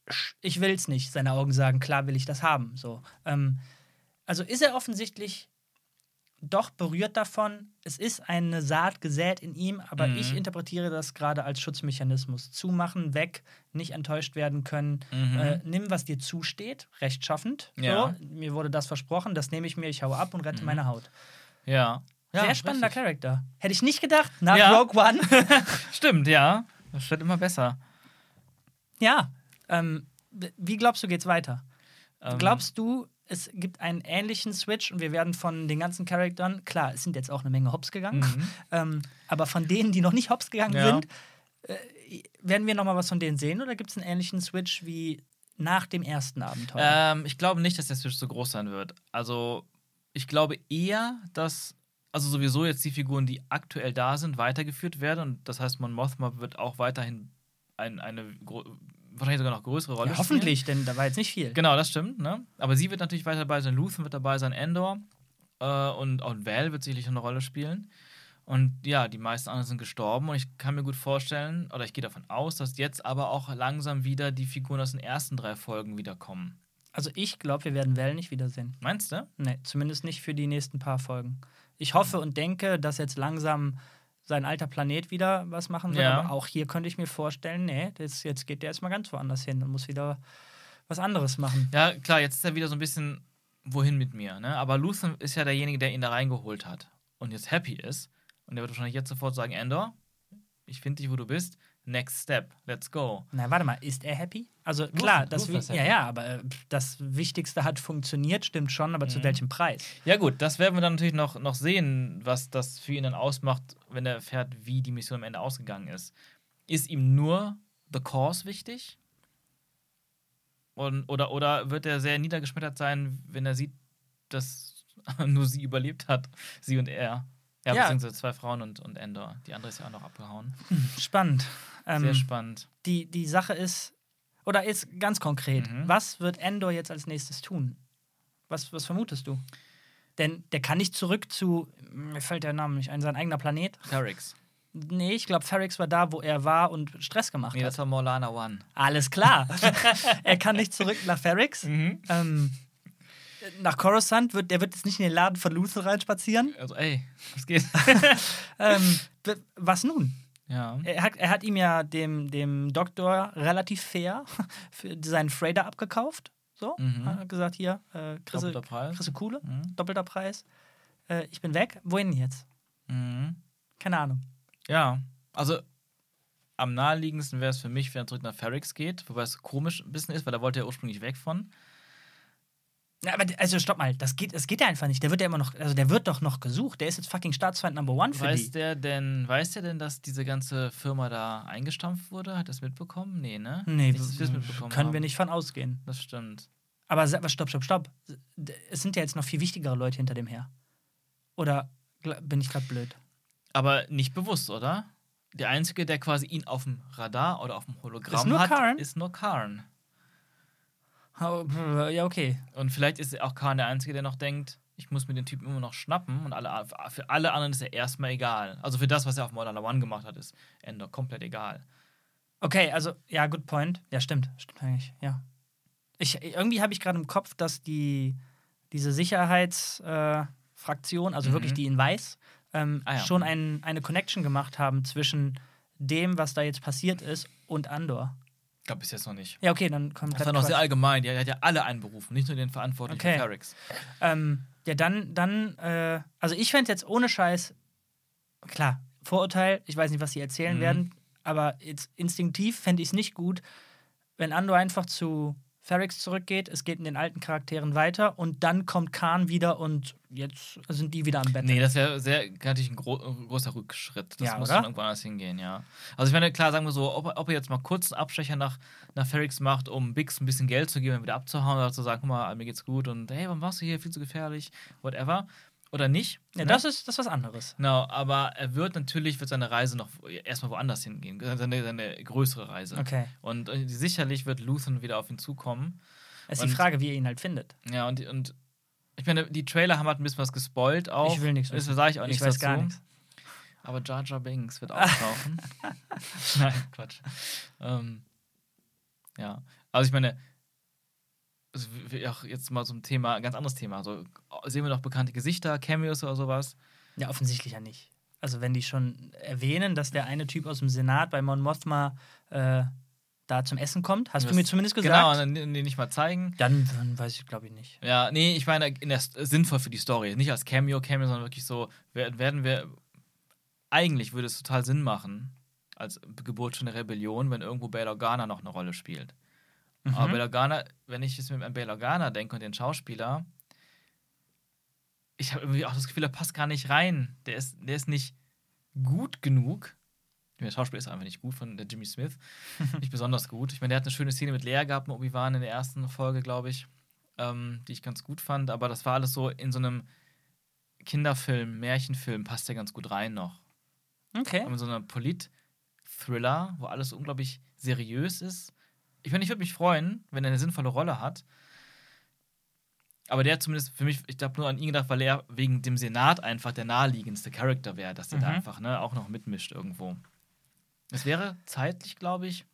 Speaker 2: ich will's nicht, seine Augen sagen, klar will ich das haben. So. Also ist er offensichtlich doch berührt davon. Es ist eine Saat gesät in ihm, aber ich interpretiere das gerade als Schutzmechanismus. Zumachen, weg, nicht enttäuscht werden können. Nimm, was dir zusteht, rechtschaffend.
Speaker 1: Ja.
Speaker 2: So. Mir wurde das versprochen, das nehme ich mir, ich hau ab und rette meine Haut.
Speaker 1: Ja.
Speaker 2: Sehr spannender
Speaker 1: richtig.
Speaker 2: Charakter. Hätte ich nicht gedacht, nach
Speaker 1: Ja.
Speaker 2: Rogue One.
Speaker 1: Stimmt, ja. Das wird immer besser.
Speaker 2: Ja. Wie glaubst du, geht's weiter?
Speaker 1: Ähm,
Speaker 2: Glaubst du, es gibt einen ähnlichen Switch und wir werden von den ganzen Charakteren, klar, es sind jetzt auch eine Menge hops gegangen, aber von denen, die noch nicht hops gegangen sind, werden wir noch mal was von denen sehen oder gibt es einen ähnlichen Switch wie nach dem ersten Abenteuer?
Speaker 1: Ich glaube nicht, dass der Switch so groß sein wird. Also, ich glaube eher, dass sowieso jetzt die Figuren, die aktuell da sind, weitergeführt werden. Und das heißt, Mon Mothma wird auch weiterhin eine wahrscheinlich sogar noch größere Rolle
Speaker 2: Ja,
Speaker 1: spielen.
Speaker 2: hoffentlich, denn da war jetzt nicht viel.
Speaker 1: Genau, das stimmt. Ne? Aber sie wird natürlich weiter dabei sein, Luthen wird dabei sein, Endor und auch Val wird sicherlich eine Rolle spielen. Und ja, die meisten anderen sind gestorben und ich kann mir gut vorstellen, oder ich gehe davon aus, dass jetzt aber auch langsam wieder die Figuren aus den ersten 3 Folgen wiederkommen.
Speaker 2: Also ich glaube, wir werden Val nicht wiedersehen.
Speaker 1: Meinst du?
Speaker 2: Nee, zumindest nicht für die nächsten paar Folgen. Ich hoffe und denke, dass jetzt langsam sein alter Planet wieder was machen wird.
Speaker 1: Ja.
Speaker 2: Aber auch hier könnte ich mir vorstellen, nee, jetzt geht der erstmal ganz woanders hin und muss wieder was anderes machen.
Speaker 1: Ja, klar, jetzt ist er wieder so ein bisschen, wohin mit mir, ne? Aber Luthen ist ja derjenige, der ihn da reingeholt hat und jetzt happy ist. Und der wird wahrscheinlich jetzt sofort sagen, Endor, ich finde dich, wo du bist. Next step, let's go.
Speaker 2: Na, warte mal, ist er happy? Also klar,
Speaker 1: Luthen ist happy.
Speaker 2: ja, aber das Wichtigste hat funktioniert, stimmt schon, aber zu welchem Preis?
Speaker 1: Ja gut, das werden wir dann natürlich noch sehen, was das für ihn dann ausmacht, wenn er erfährt, wie die Mission am Ende ausgegangen ist. Ist ihm nur The Cause wichtig? Oder wird er sehr niedergeschmettert sein, wenn er sieht, dass nur sie überlebt hat, sie und er? Ja, beziehungsweise 2 Frauen und Endor. Die andere ist ja auch noch abgehauen.
Speaker 2: Spannend.
Speaker 1: Sehr spannend.
Speaker 2: Die Sache ist, oder ist ganz konkret, was wird Endor jetzt als nächstes tun? Was vermutest du? Denn der kann nicht zurück zu, mir fällt der Name nicht ein, sein eigener Planet.
Speaker 1: Ferrix.
Speaker 2: Nee, ich glaube, Ferrix war da, wo er war und Stress gemacht
Speaker 1: Nee,
Speaker 2: hat.
Speaker 1: das war Morlana One.
Speaker 2: Alles klar. Er kann nicht zurück nach Ferrix. Nach Coruscant der wird jetzt nicht in den Laden von Luthen reinspazieren.
Speaker 1: Also, ey, was geht?
Speaker 2: Was nun?
Speaker 1: Ja.
Speaker 2: Er hat ihm ja dem Doktor relativ fair für seinen Freighter abgekauft. So, hat gesagt, hier,
Speaker 1: Doppelter Preis.
Speaker 2: Chrisse Kuhle, doppelter Preis. Ich bin weg. Wohin jetzt? Keine Ahnung.
Speaker 1: Ja, also am naheliegendsten wäre es für mich, wenn er zurück nach Ferrix geht, wobei es komisch ein bisschen ist, weil da wollte er ursprünglich weg von.
Speaker 2: Ja, aber also stopp mal, das geht ja einfach nicht. Der wird ja immer noch, also der wird doch noch gesucht. Der ist jetzt fucking Staatsfeind Number One für
Speaker 1: Weiß
Speaker 2: die.
Speaker 1: der denn, dass diese ganze Firma da eingestampft wurde? Hat er das mitbekommen? Nee, ne?
Speaker 2: Nee,
Speaker 1: Nicht, dass wir es mitbekommen
Speaker 2: können
Speaker 1: haben.
Speaker 2: wir nicht von ausgehen.
Speaker 1: Das stimmt.
Speaker 2: Aber stopp. Es sind ja jetzt noch viel wichtigere Leute hinter dem her. Oder bin ich gerade blöd?
Speaker 1: Aber nicht bewusst, oder? Der Einzige, der quasi ihn auf dem Radar oder auf dem Hologramm
Speaker 2: Ist nur
Speaker 1: hat,
Speaker 2: Karn?
Speaker 1: ist nur Karn.
Speaker 2: Ja, okay.
Speaker 1: Und vielleicht ist auch Karn der Einzige, der noch denkt, ich muss mir den Typen immer noch schnappen und für alle anderen ist er erstmal egal. Also für das, was er auf Morlana One gemacht hat, ist Endor komplett egal.
Speaker 2: Okay, also, ja, good point. Ja, stimmt eigentlich, ja. Irgendwie habe ich gerade im Kopf, dass diese Sicherheitsfraktion, also wirklich die in Weiß, schon eine Connection gemacht haben zwischen dem, was da jetzt passiert ist, und Andor.
Speaker 1: Ich glaube bis jetzt noch nicht.
Speaker 2: Ja, okay, dann kommt
Speaker 1: Das war noch sehr allgemein. Der hat ja alle einberufen, nicht nur den Verantwortlichen für Ferrix.
Speaker 2: Ja, also ich fände es jetzt ohne Scheiß, klar, Vorurteil, ich weiß nicht, was sie erzählen werden, aber jetzt instinktiv fände ich es nicht gut, wenn Andor einfach zu Ferrix zurückgeht, es geht in den alten Charakteren weiter und dann kommt Khan wieder und jetzt sind die wieder am Bett.
Speaker 1: Nee, das wäre natürlich ein großer Rückschritt. Das
Speaker 2: Ja,
Speaker 1: muss
Speaker 2: oder?
Speaker 1: schon irgendwo anders hingehen, ja. Also ich meine, klar, sagen wir so, ob er jetzt mal kurz einen Abstecher nach Ferrix macht, um Bix ein bisschen Geld zu geben und wieder abzuhauen oder zu sagen, guck mal, mir geht's gut und hey, warum warst du hier, viel zu gefährlich, whatever. Oder nicht.
Speaker 2: Ja,
Speaker 1: ne?
Speaker 2: das ist was anderes.
Speaker 1: Genau, aber er wird seine Reise noch erstmal woanders hingehen, seine größere Reise.
Speaker 2: Okay.
Speaker 1: Und sicherlich wird Luthen wieder auf ihn zukommen.
Speaker 2: Es ist die Frage, wie ihr ihn halt findet.
Speaker 1: Ja, und ich meine, die Trailer haben halt ein bisschen was gespoilt auch.
Speaker 2: Ich will nichts wissen.
Speaker 1: Das sage ich auch nichts dazu.
Speaker 2: Ich weiß gar nichts.
Speaker 1: Aber Jar Jar Binks wird auftauchen. Nein, Quatsch. Ja. Also ich meine, also auch jetzt mal so ein Thema, ganz anderes Thema. Also sehen wir noch bekannte Gesichter, Cameos oder sowas?
Speaker 2: Ja, offensichtlich ja nicht. Also wenn die schon erwähnen, dass der eine Typ aus dem Senat bei Mon Mothma da zum Essen kommt, hast du mir zumindest gesagt.
Speaker 1: Genau, und dann nicht mal zeigen.
Speaker 2: Dann weiß ich, glaube ich, nicht.
Speaker 1: Ja, nee, ich meine, sinnvoll für die Story. Nicht als Cameo, sondern wirklich so, werden wir. Eigentlich würde es total Sinn machen, als Geburt von der Rebellion, wenn irgendwo Bail Organa noch eine Rolle spielt. Aber Bail Organa, wenn ich jetzt mit Bail Organa denke und den Schauspieler, ich habe irgendwie auch das Gefühl, er passt gar nicht rein. Der ist nicht gut genug. Der Schauspieler ist einfach nicht gut von der Jimmy Smith. Nicht besonders gut. Ich meine, der hat eine schöne Szene mit Leia gehabt, mit Obi-Wan in der ersten Folge, glaube ich, die ich ganz gut fand. Aber das war alles so in so einem Kinderfilm, Märchenfilm, passt der ganz gut rein noch.
Speaker 2: Okay.
Speaker 1: In so einer Polit-Thriller, wo alles unglaublich seriös ist. Ich meine, ich würde mich freuen, wenn er eine sinnvolle Rolle hat. Aber der zumindest für mich, ich habe nur an ihn gedacht, weil er wegen dem Senat einfach der naheliegendste Charakter wäre, dass der da einfach auch noch mitmischt irgendwo. Es wäre zeitlich, glaube ich.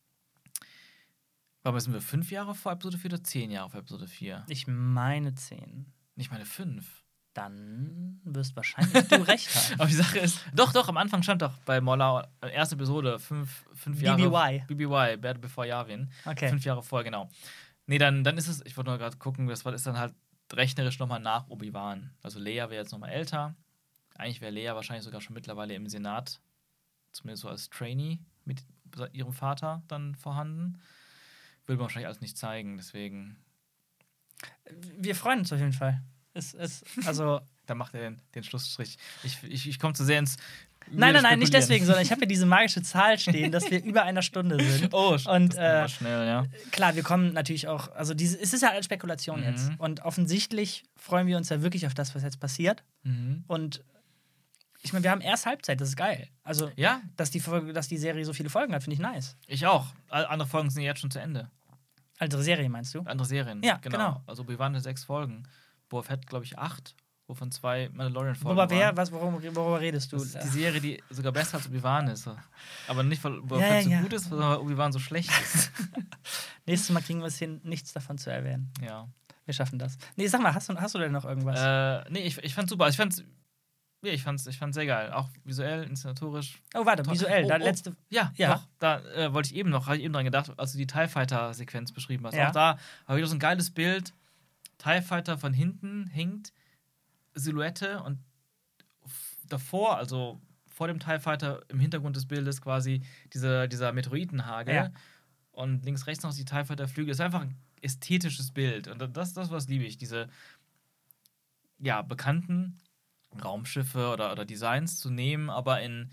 Speaker 1: Aber sind wir 5 Jahre vor Episode 4 oder 10 Jahre vor Episode 4?
Speaker 2: Ich meine 10.
Speaker 1: Ich meine 5.
Speaker 2: Dann wirst wahrscheinlich du recht haben.
Speaker 1: Aber die Sache ist, doch, am Anfang stand doch bei Molla, erste Episode, 5 Jahre. BBY, Better Before Yavin.
Speaker 2: Okay.
Speaker 1: 5 Jahre vorher, genau. Nee, dann ist es, ich wollte nur gerade gucken, das ist dann halt rechnerisch nochmal nach Obi-Wan. Also Leia wäre jetzt nochmal älter. Eigentlich wäre Leia wahrscheinlich sogar schon mittlerweile im Senat, zumindest so als Trainee mit ihrem Vater dann vorhanden. Will man wahrscheinlich alles nicht zeigen, deswegen.
Speaker 2: Wir freuen uns auf jeden Fall. Also
Speaker 1: da macht er den Schlussstrich. Ich komme zu sehr ins.
Speaker 2: Nein, nicht deswegen, sondern ich habe ja diese magische Zahl stehen, dass wir über einer Stunde sind.
Speaker 1: Oh,
Speaker 2: und
Speaker 1: das schnell, ja.
Speaker 2: Klar, wir kommen natürlich auch, also es ist ja eine Spekulation jetzt. Und offensichtlich freuen wir uns ja wirklich auf das, was jetzt passiert. Und ich meine, wir haben erst Halbzeit, das ist geil. Also,
Speaker 1: ja.
Speaker 2: dass die Serie so viele Folgen hat, finde ich nice.
Speaker 1: Ich auch. Andere Folgen sind jetzt schon zu Ende.
Speaker 2: Andere Serien meinst du?
Speaker 1: Andere Serien,
Speaker 2: ja, genau.
Speaker 1: Also wir waren 6 Folgen. Boba Fett, glaube ich, 8, wovon 2 Mandalorian-Folgen
Speaker 2: worüber redest du?
Speaker 1: Das ist die Serie, die sogar besser als Obi-Wan ist. Aber nicht, weil Boba Fett so gut ist, sondern weil Obi-Wan so schlecht ist.
Speaker 2: Nächstes Mal kriegen wir es hin, nichts davon zu erwähnen.
Speaker 1: Ja.
Speaker 2: Wir schaffen das. Nee, sag mal, hast du denn noch irgendwas?
Speaker 1: Nee, ich fand's super. Ich fand's sehr geil. Auch visuell, inszenatorisch.
Speaker 2: Oh, warte, visuell. Letzte.
Speaker 1: Ja. Doch, da habe ich eben dran gedacht, als du die TIE Fighter-Sequenz beschrieben hast. Ja. Auch da habe ich so ein geiles Bild. TIE Fighter von hinten hängt, Silhouette und davor, also vor dem TIE Fighter im Hintergrund des Bildes quasi dieser Meteoritenhagel. Ja. Und links, rechts noch die TIE Fighter Flügel. Das ist einfach ein ästhetisches Bild. Und das was liebe ich. Diese bekannten Raumschiffe oder Designs zu nehmen, aber in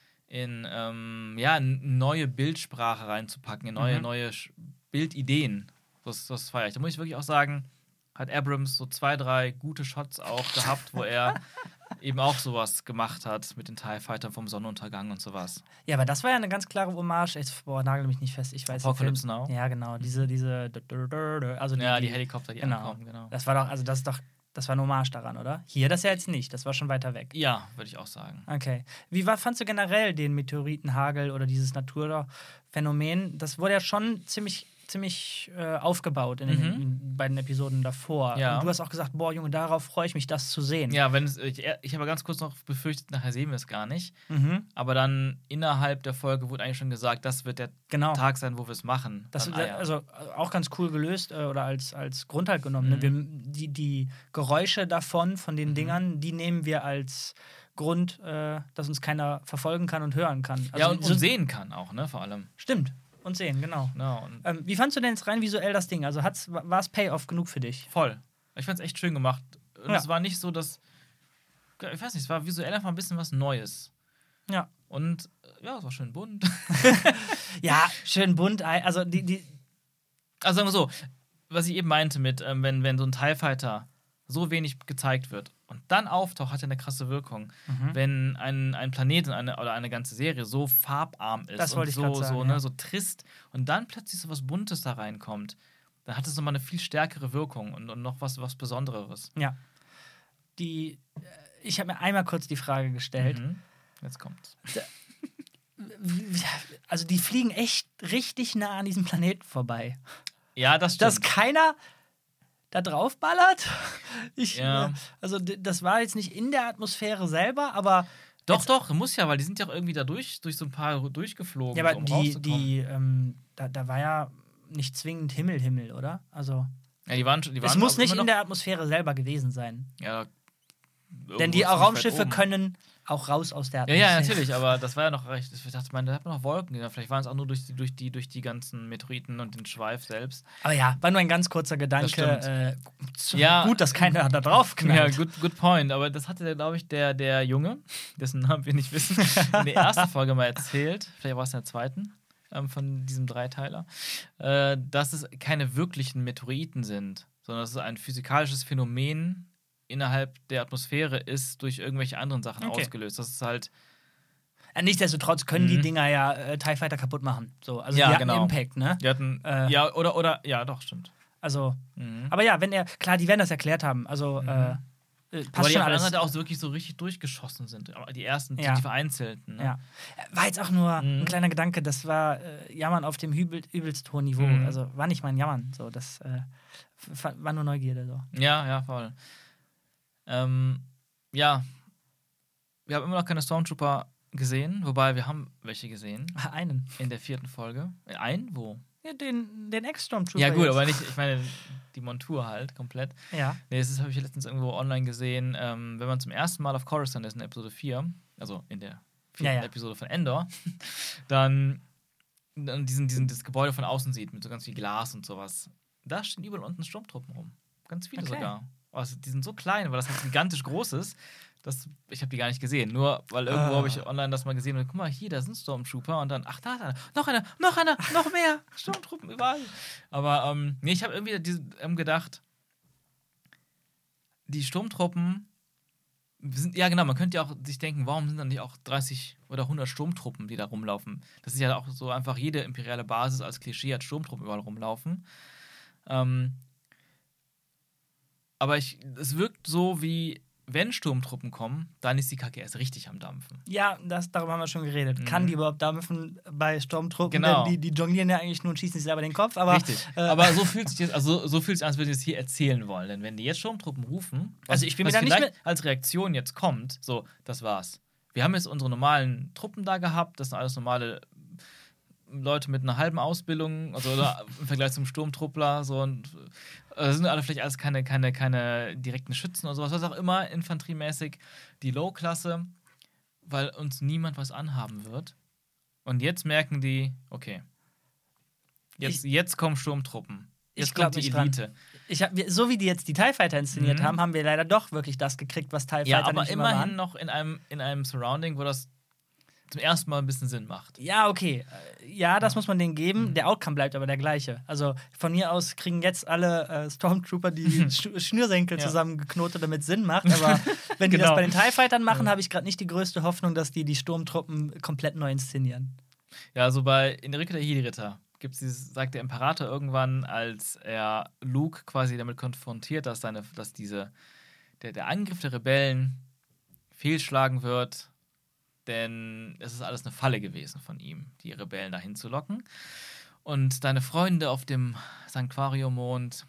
Speaker 1: neue Bildsprache reinzupacken, in neue Bildideen. Das feiere ich. Da muss ich wirklich auch sagen, hat Abrams so 2, 3 gute Shots auch gehabt, wo er eben auch sowas gemacht hat mit den TIE Fightern vom Sonnenuntergang und sowas.
Speaker 2: Ja, aber das war ja eine ganz klare Hommage. Nagel mich nicht fest, ich weiß nicht.
Speaker 1: Apocalypse Now?
Speaker 2: Ja, genau. Diese also
Speaker 1: die Helikopter, die ankommen, genau.
Speaker 2: Das war doch, also das war eine Hommage daran, oder? Hier das ja jetzt nicht, das war schon weiter weg.
Speaker 1: Ja, würde ich auch sagen.
Speaker 2: Okay. Fandst du generell den Meteoritenhagel oder dieses Naturphänomen? Das wurde ja schon ziemlich aufgebaut in den beiden Episoden davor.
Speaker 1: Ja.
Speaker 2: Und du hast auch gesagt, boah, Junge, darauf freue ich mich, das zu sehen.
Speaker 1: Ja, ich habe ganz kurz noch befürchtet, nachher sehen wir es gar nicht. Aber dann innerhalb der Folge wurde eigentlich schon gesagt, das wird der Tag sein, wo wir es machen.
Speaker 2: Also auch ganz cool gelöst oder als Grund halt genommen. Ne? Die Geräusche davon, von den Dingern, die nehmen wir als Grund, dass uns keiner verfolgen kann und hören kann. Also,
Speaker 1: und sehen kann auch, ne, vor allem.
Speaker 2: Stimmt. Und sehen, genau. Wie fandst du denn jetzt rein visuell das Ding? Also war es Payoff genug für dich?
Speaker 1: Voll. Ich fand es echt schön gemacht. Und es war nicht so, dass. Ich weiß nicht, es war visuell einfach ein bisschen was Neues.
Speaker 2: Ja.
Speaker 1: Und es war schön bunt.
Speaker 2: Ja, schön bunt. Also Also
Speaker 1: sagen wir so, was ich eben meinte mit, wenn so ein TIE Fighter so wenig gezeigt wird und dann auftaucht, hat er eine krasse Wirkung. Wenn ein Planet oder eine ganze Serie so farbarm ist
Speaker 2: das
Speaker 1: und
Speaker 2: sagen,
Speaker 1: so trist und dann plötzlich so was Buntes da reinkommt, dann hat es nochmal eine viel stärkere Wirkung und noch was Besonderes.
Speaker 2: Ja. Ich habe mir einmal kurz die Frage gestellt.
Speaker 1: Jetzt kommt's.
Speaker 2: Also die fliegen echt richtig nah an diesem Planeten vorbei.
Speaker 1: Ja, das stimmt.
Speaker 2: Dass keiner da drauf ballert.
Speaker 1: Ja.
Speaker 2: Also das war jetzt nicht in der Atmosphäre selber, aber
Speaker 1: Doch, muss ja, weil die sind ja auch irgendwie da durch so ein paar durchgeflogen,
Speaker 2: ja, aber
Speaker 1: um rauszukommen.
Speaker 2: da war ja nicht zwingend Himmel, oder? Also
Speaker 1: Ja, die waren
Speaker 2: es muss
Speaker 1: auch
Speaker 2: nicht
Speaker 1: immer
Speaker 2: in
Speaker 1: noch,
Speaker 2: der Atmosphäre selber gewesen sein.
Speaker 1: Ja,
Speaker 2: Denn die Raumschiffe können auch raus aus der Atmosphäre.
Speaker 1: Ja, natürlich, aber das war ja noch recht. Ich dachte, da hat man noch Wolken. Vielleicht waren es auch nur durch die ganzen Meteoriten und den Schweif selbst.
Speaker 2: Aber ja, war nur ein ganz kurzer Gedanke.
Speaker 1: Ja,
Speaker 2: gut, dass keiner da drauf knallt.
Speaker 1: Ja, good point. Aber das hatte, glaube ich, der Junge, dessen Namen wir nicht wissen, in der ersten Folge mal erzählt. Vielleicht war es in der zweiten von diesem Dreiteiler. Dass es keine wirklichen Meteoriten sind, sondern dass es ein physikalisches Phänomen innerhalb der Atmosphäre ist durch irgendwelche anderen Sachen ausgelöst. Das ist halt.
Speaker 2: Nichtsdestotrotz können die Dinger ja TIE Fighter kaputt machen. So, also die hatten Impact, ne?
Speaker 1: Die hatten, ja, doch, stimmt.
Speaker 2: Also, aber ja, klar, die werden das erklärt haben. Also, passt schon alles.
Speaker 1: Aber die auch wirklich so richtig durchgeschossen sind. Die ersten, die vereinzelten. Ne?
Speaker 2: Ja. War jetzt auch nur ein kleiner Gedanke, das war Jammern auf dem übelst hohen Niveau. Also, war nicht mein Jammern. So, das war nur Neugierde. So.
Speaker 1: Ja, voll. Ja, wir haben immer noch keine Stormtrooper gesehen, wobei wir haben welche gesehen.
Speaker 2: Einen.
Speaker 1: In der 4. Folge. Einen? Wo?
Speaker 2: Ja, den Ex-Stormtrooper.
Speaker 1: Ja, gut, aber nicht, ich meine, die Montur halt komplett.
Speaker 2: Ja.
Speaker 1: Nee, das habe ich letztens irgendwo online gesehen. Wenn man zum ersten Mal auf Coruscant ist in Episode 4, also in der 4. Episode von Endor, dann das Gebäude von außen sieht, mit so ganz viel Glas und sowas. Da stehen überall unten Sturmtruppen rum. Ganz viele sogar. Also, die sind so klein, weil das halt gigantisch groß ist. Ich habe die gar nicht gesehen. Nur, weil irgendwo habe ich online das mal gesehen. Und guck mal, hier, da sind Stormtrooper. Und dann, ach, da ist einer. Noch einer, noch mehr. Sturmtruppen überall. Aber, ich habe irgendwie gedacht, die Sturmtruppen sind, ja genau, man könnte ja auch sich denken, warum sind dann nicht auch 30 oder 100 Sturmtruppen, die da rumlaufen? Das ist ja auch so einfach jede imperiale Basis als Klischee hat Sturmtruppen überall rumlaufen. Aber es wirkt so, wie wenn Sturmtruppen kommen, dann ist die Kacke erst richtig am Dampfen.
Speaker 2: Ja, darüber haben wir schon geredet. Kann die überhaupt dampfen bei Sturmtruppen?
Speaker 1: Genau.
Speaker 2: Denn die jonglieren ja eigentlich nur und schießen sich selber den Kopf. Aber,
Speaker 1: richtig. Aber so fühlt sich jetzt, so fühlt es an, als würde ich es hier erzählen wollen. Denn wenn die jetzt Sturmtruppen rufen,
Speaker 2: also ich bin mir
Speaker 1: was
Speaker 2: da nicht
Speaker 1: vielleicht als Reaktion jetzt kommt, so, das war's. Wir haben jetzt unsere normalen Truppen da gehabt, das sind alles normale Leute mit einer halben Ausbildung, also im Vergleich zum Sturmtruppler, so und sind alle vielleicht alles keine direkten Schützen oder sowas, was auch immer, infanteriemäßig, die Low-Klasse, weil uns niemand was anhaben wird. Und jetzt merken die, okay, jetzt kommen Sturmtruppen. Jetzt kommt die Elite.
Speaker 2: So wie die jetzt die TIE Fighter inszeniert haben wir leider doch wirklich das gekriegt, was TIE Fighter
Speaker 1: aber
Speaker 2: nicht immer waren.
Speaker 1: immerhin noch in einem Surrounding, wo das zum ersten Mal ein bisschen Sinn macht.
Speaker 2: Ja, okay. Ja, das muss man denen geben. Der Outcome bleibt aber der gleiche. Also von mir aus kriegen jetzt alle Stormtrooper die Schnürsenkel zusammengeknotet, damit es Sinn macht. Aber wenn die das bei den TIE Fightern machen, habe ich gerade nicht die größte Hoffnung, dass die Sturmtruppen komplett neu inszenieren.
Speaker 1: Ja, also in der Rückkehr der Jedi-Ritter sagt der Imperator irgendwann, als er Luke quasi damit konfrontiert, dass der Angriff der Rebellen fehlschlagen wird, denn es ist alles eine Falle gewesen von ihm, die Rebellen dahin zu locken. Und deine Freunde auf dem Sanquario-Mond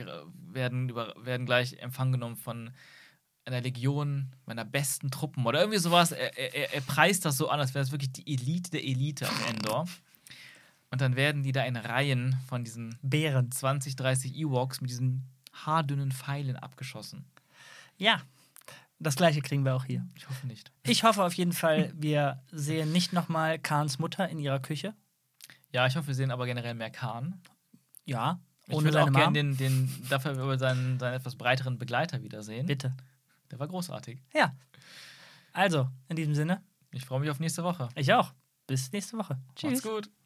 Speaker 1: werden gleich empfangen genommen von einer Legion meiner besten Truppen oder irgendwie sowas. Er preist das so an, als wäre das wirklich die Elite der Elite auf Endor. Und dann werden die da in Reihen von diesen
Speaker 2: Bären
Speaker 1: 20, 30 Ewoks mit diesen haardünnen Pfeilen abgeschossen.
Speaker 2: Ja. Das gleiche kriegen wir auch hier.
Speaker 1: Ich hoffe nicht.
Speaker 2: Ich hoffe auf jeden Fall, wir sehen nicht nochmal Kahns Mutter in ihrer Küche.
Speaker 1: Ja, ich hoffe, wir sehen aber generell mehr Kahn.
Speaker 2: Ja,
Speaker 1: ohne seine Mom. Ich würde auch gerne dafür über seinen etwas breiteren Begleiter wiedersehen.
Speaker 2: Bitte.
Speaker 1: Der war großartig.
Speaker 2: Ja. Also, in diesem Sinne.
Speaker 1: Ich freue mich auf nächste Woche.
Speaker 2: Ich auch. Bis nächste Woche.
Speaker 1: Tschüss. Macht's gut.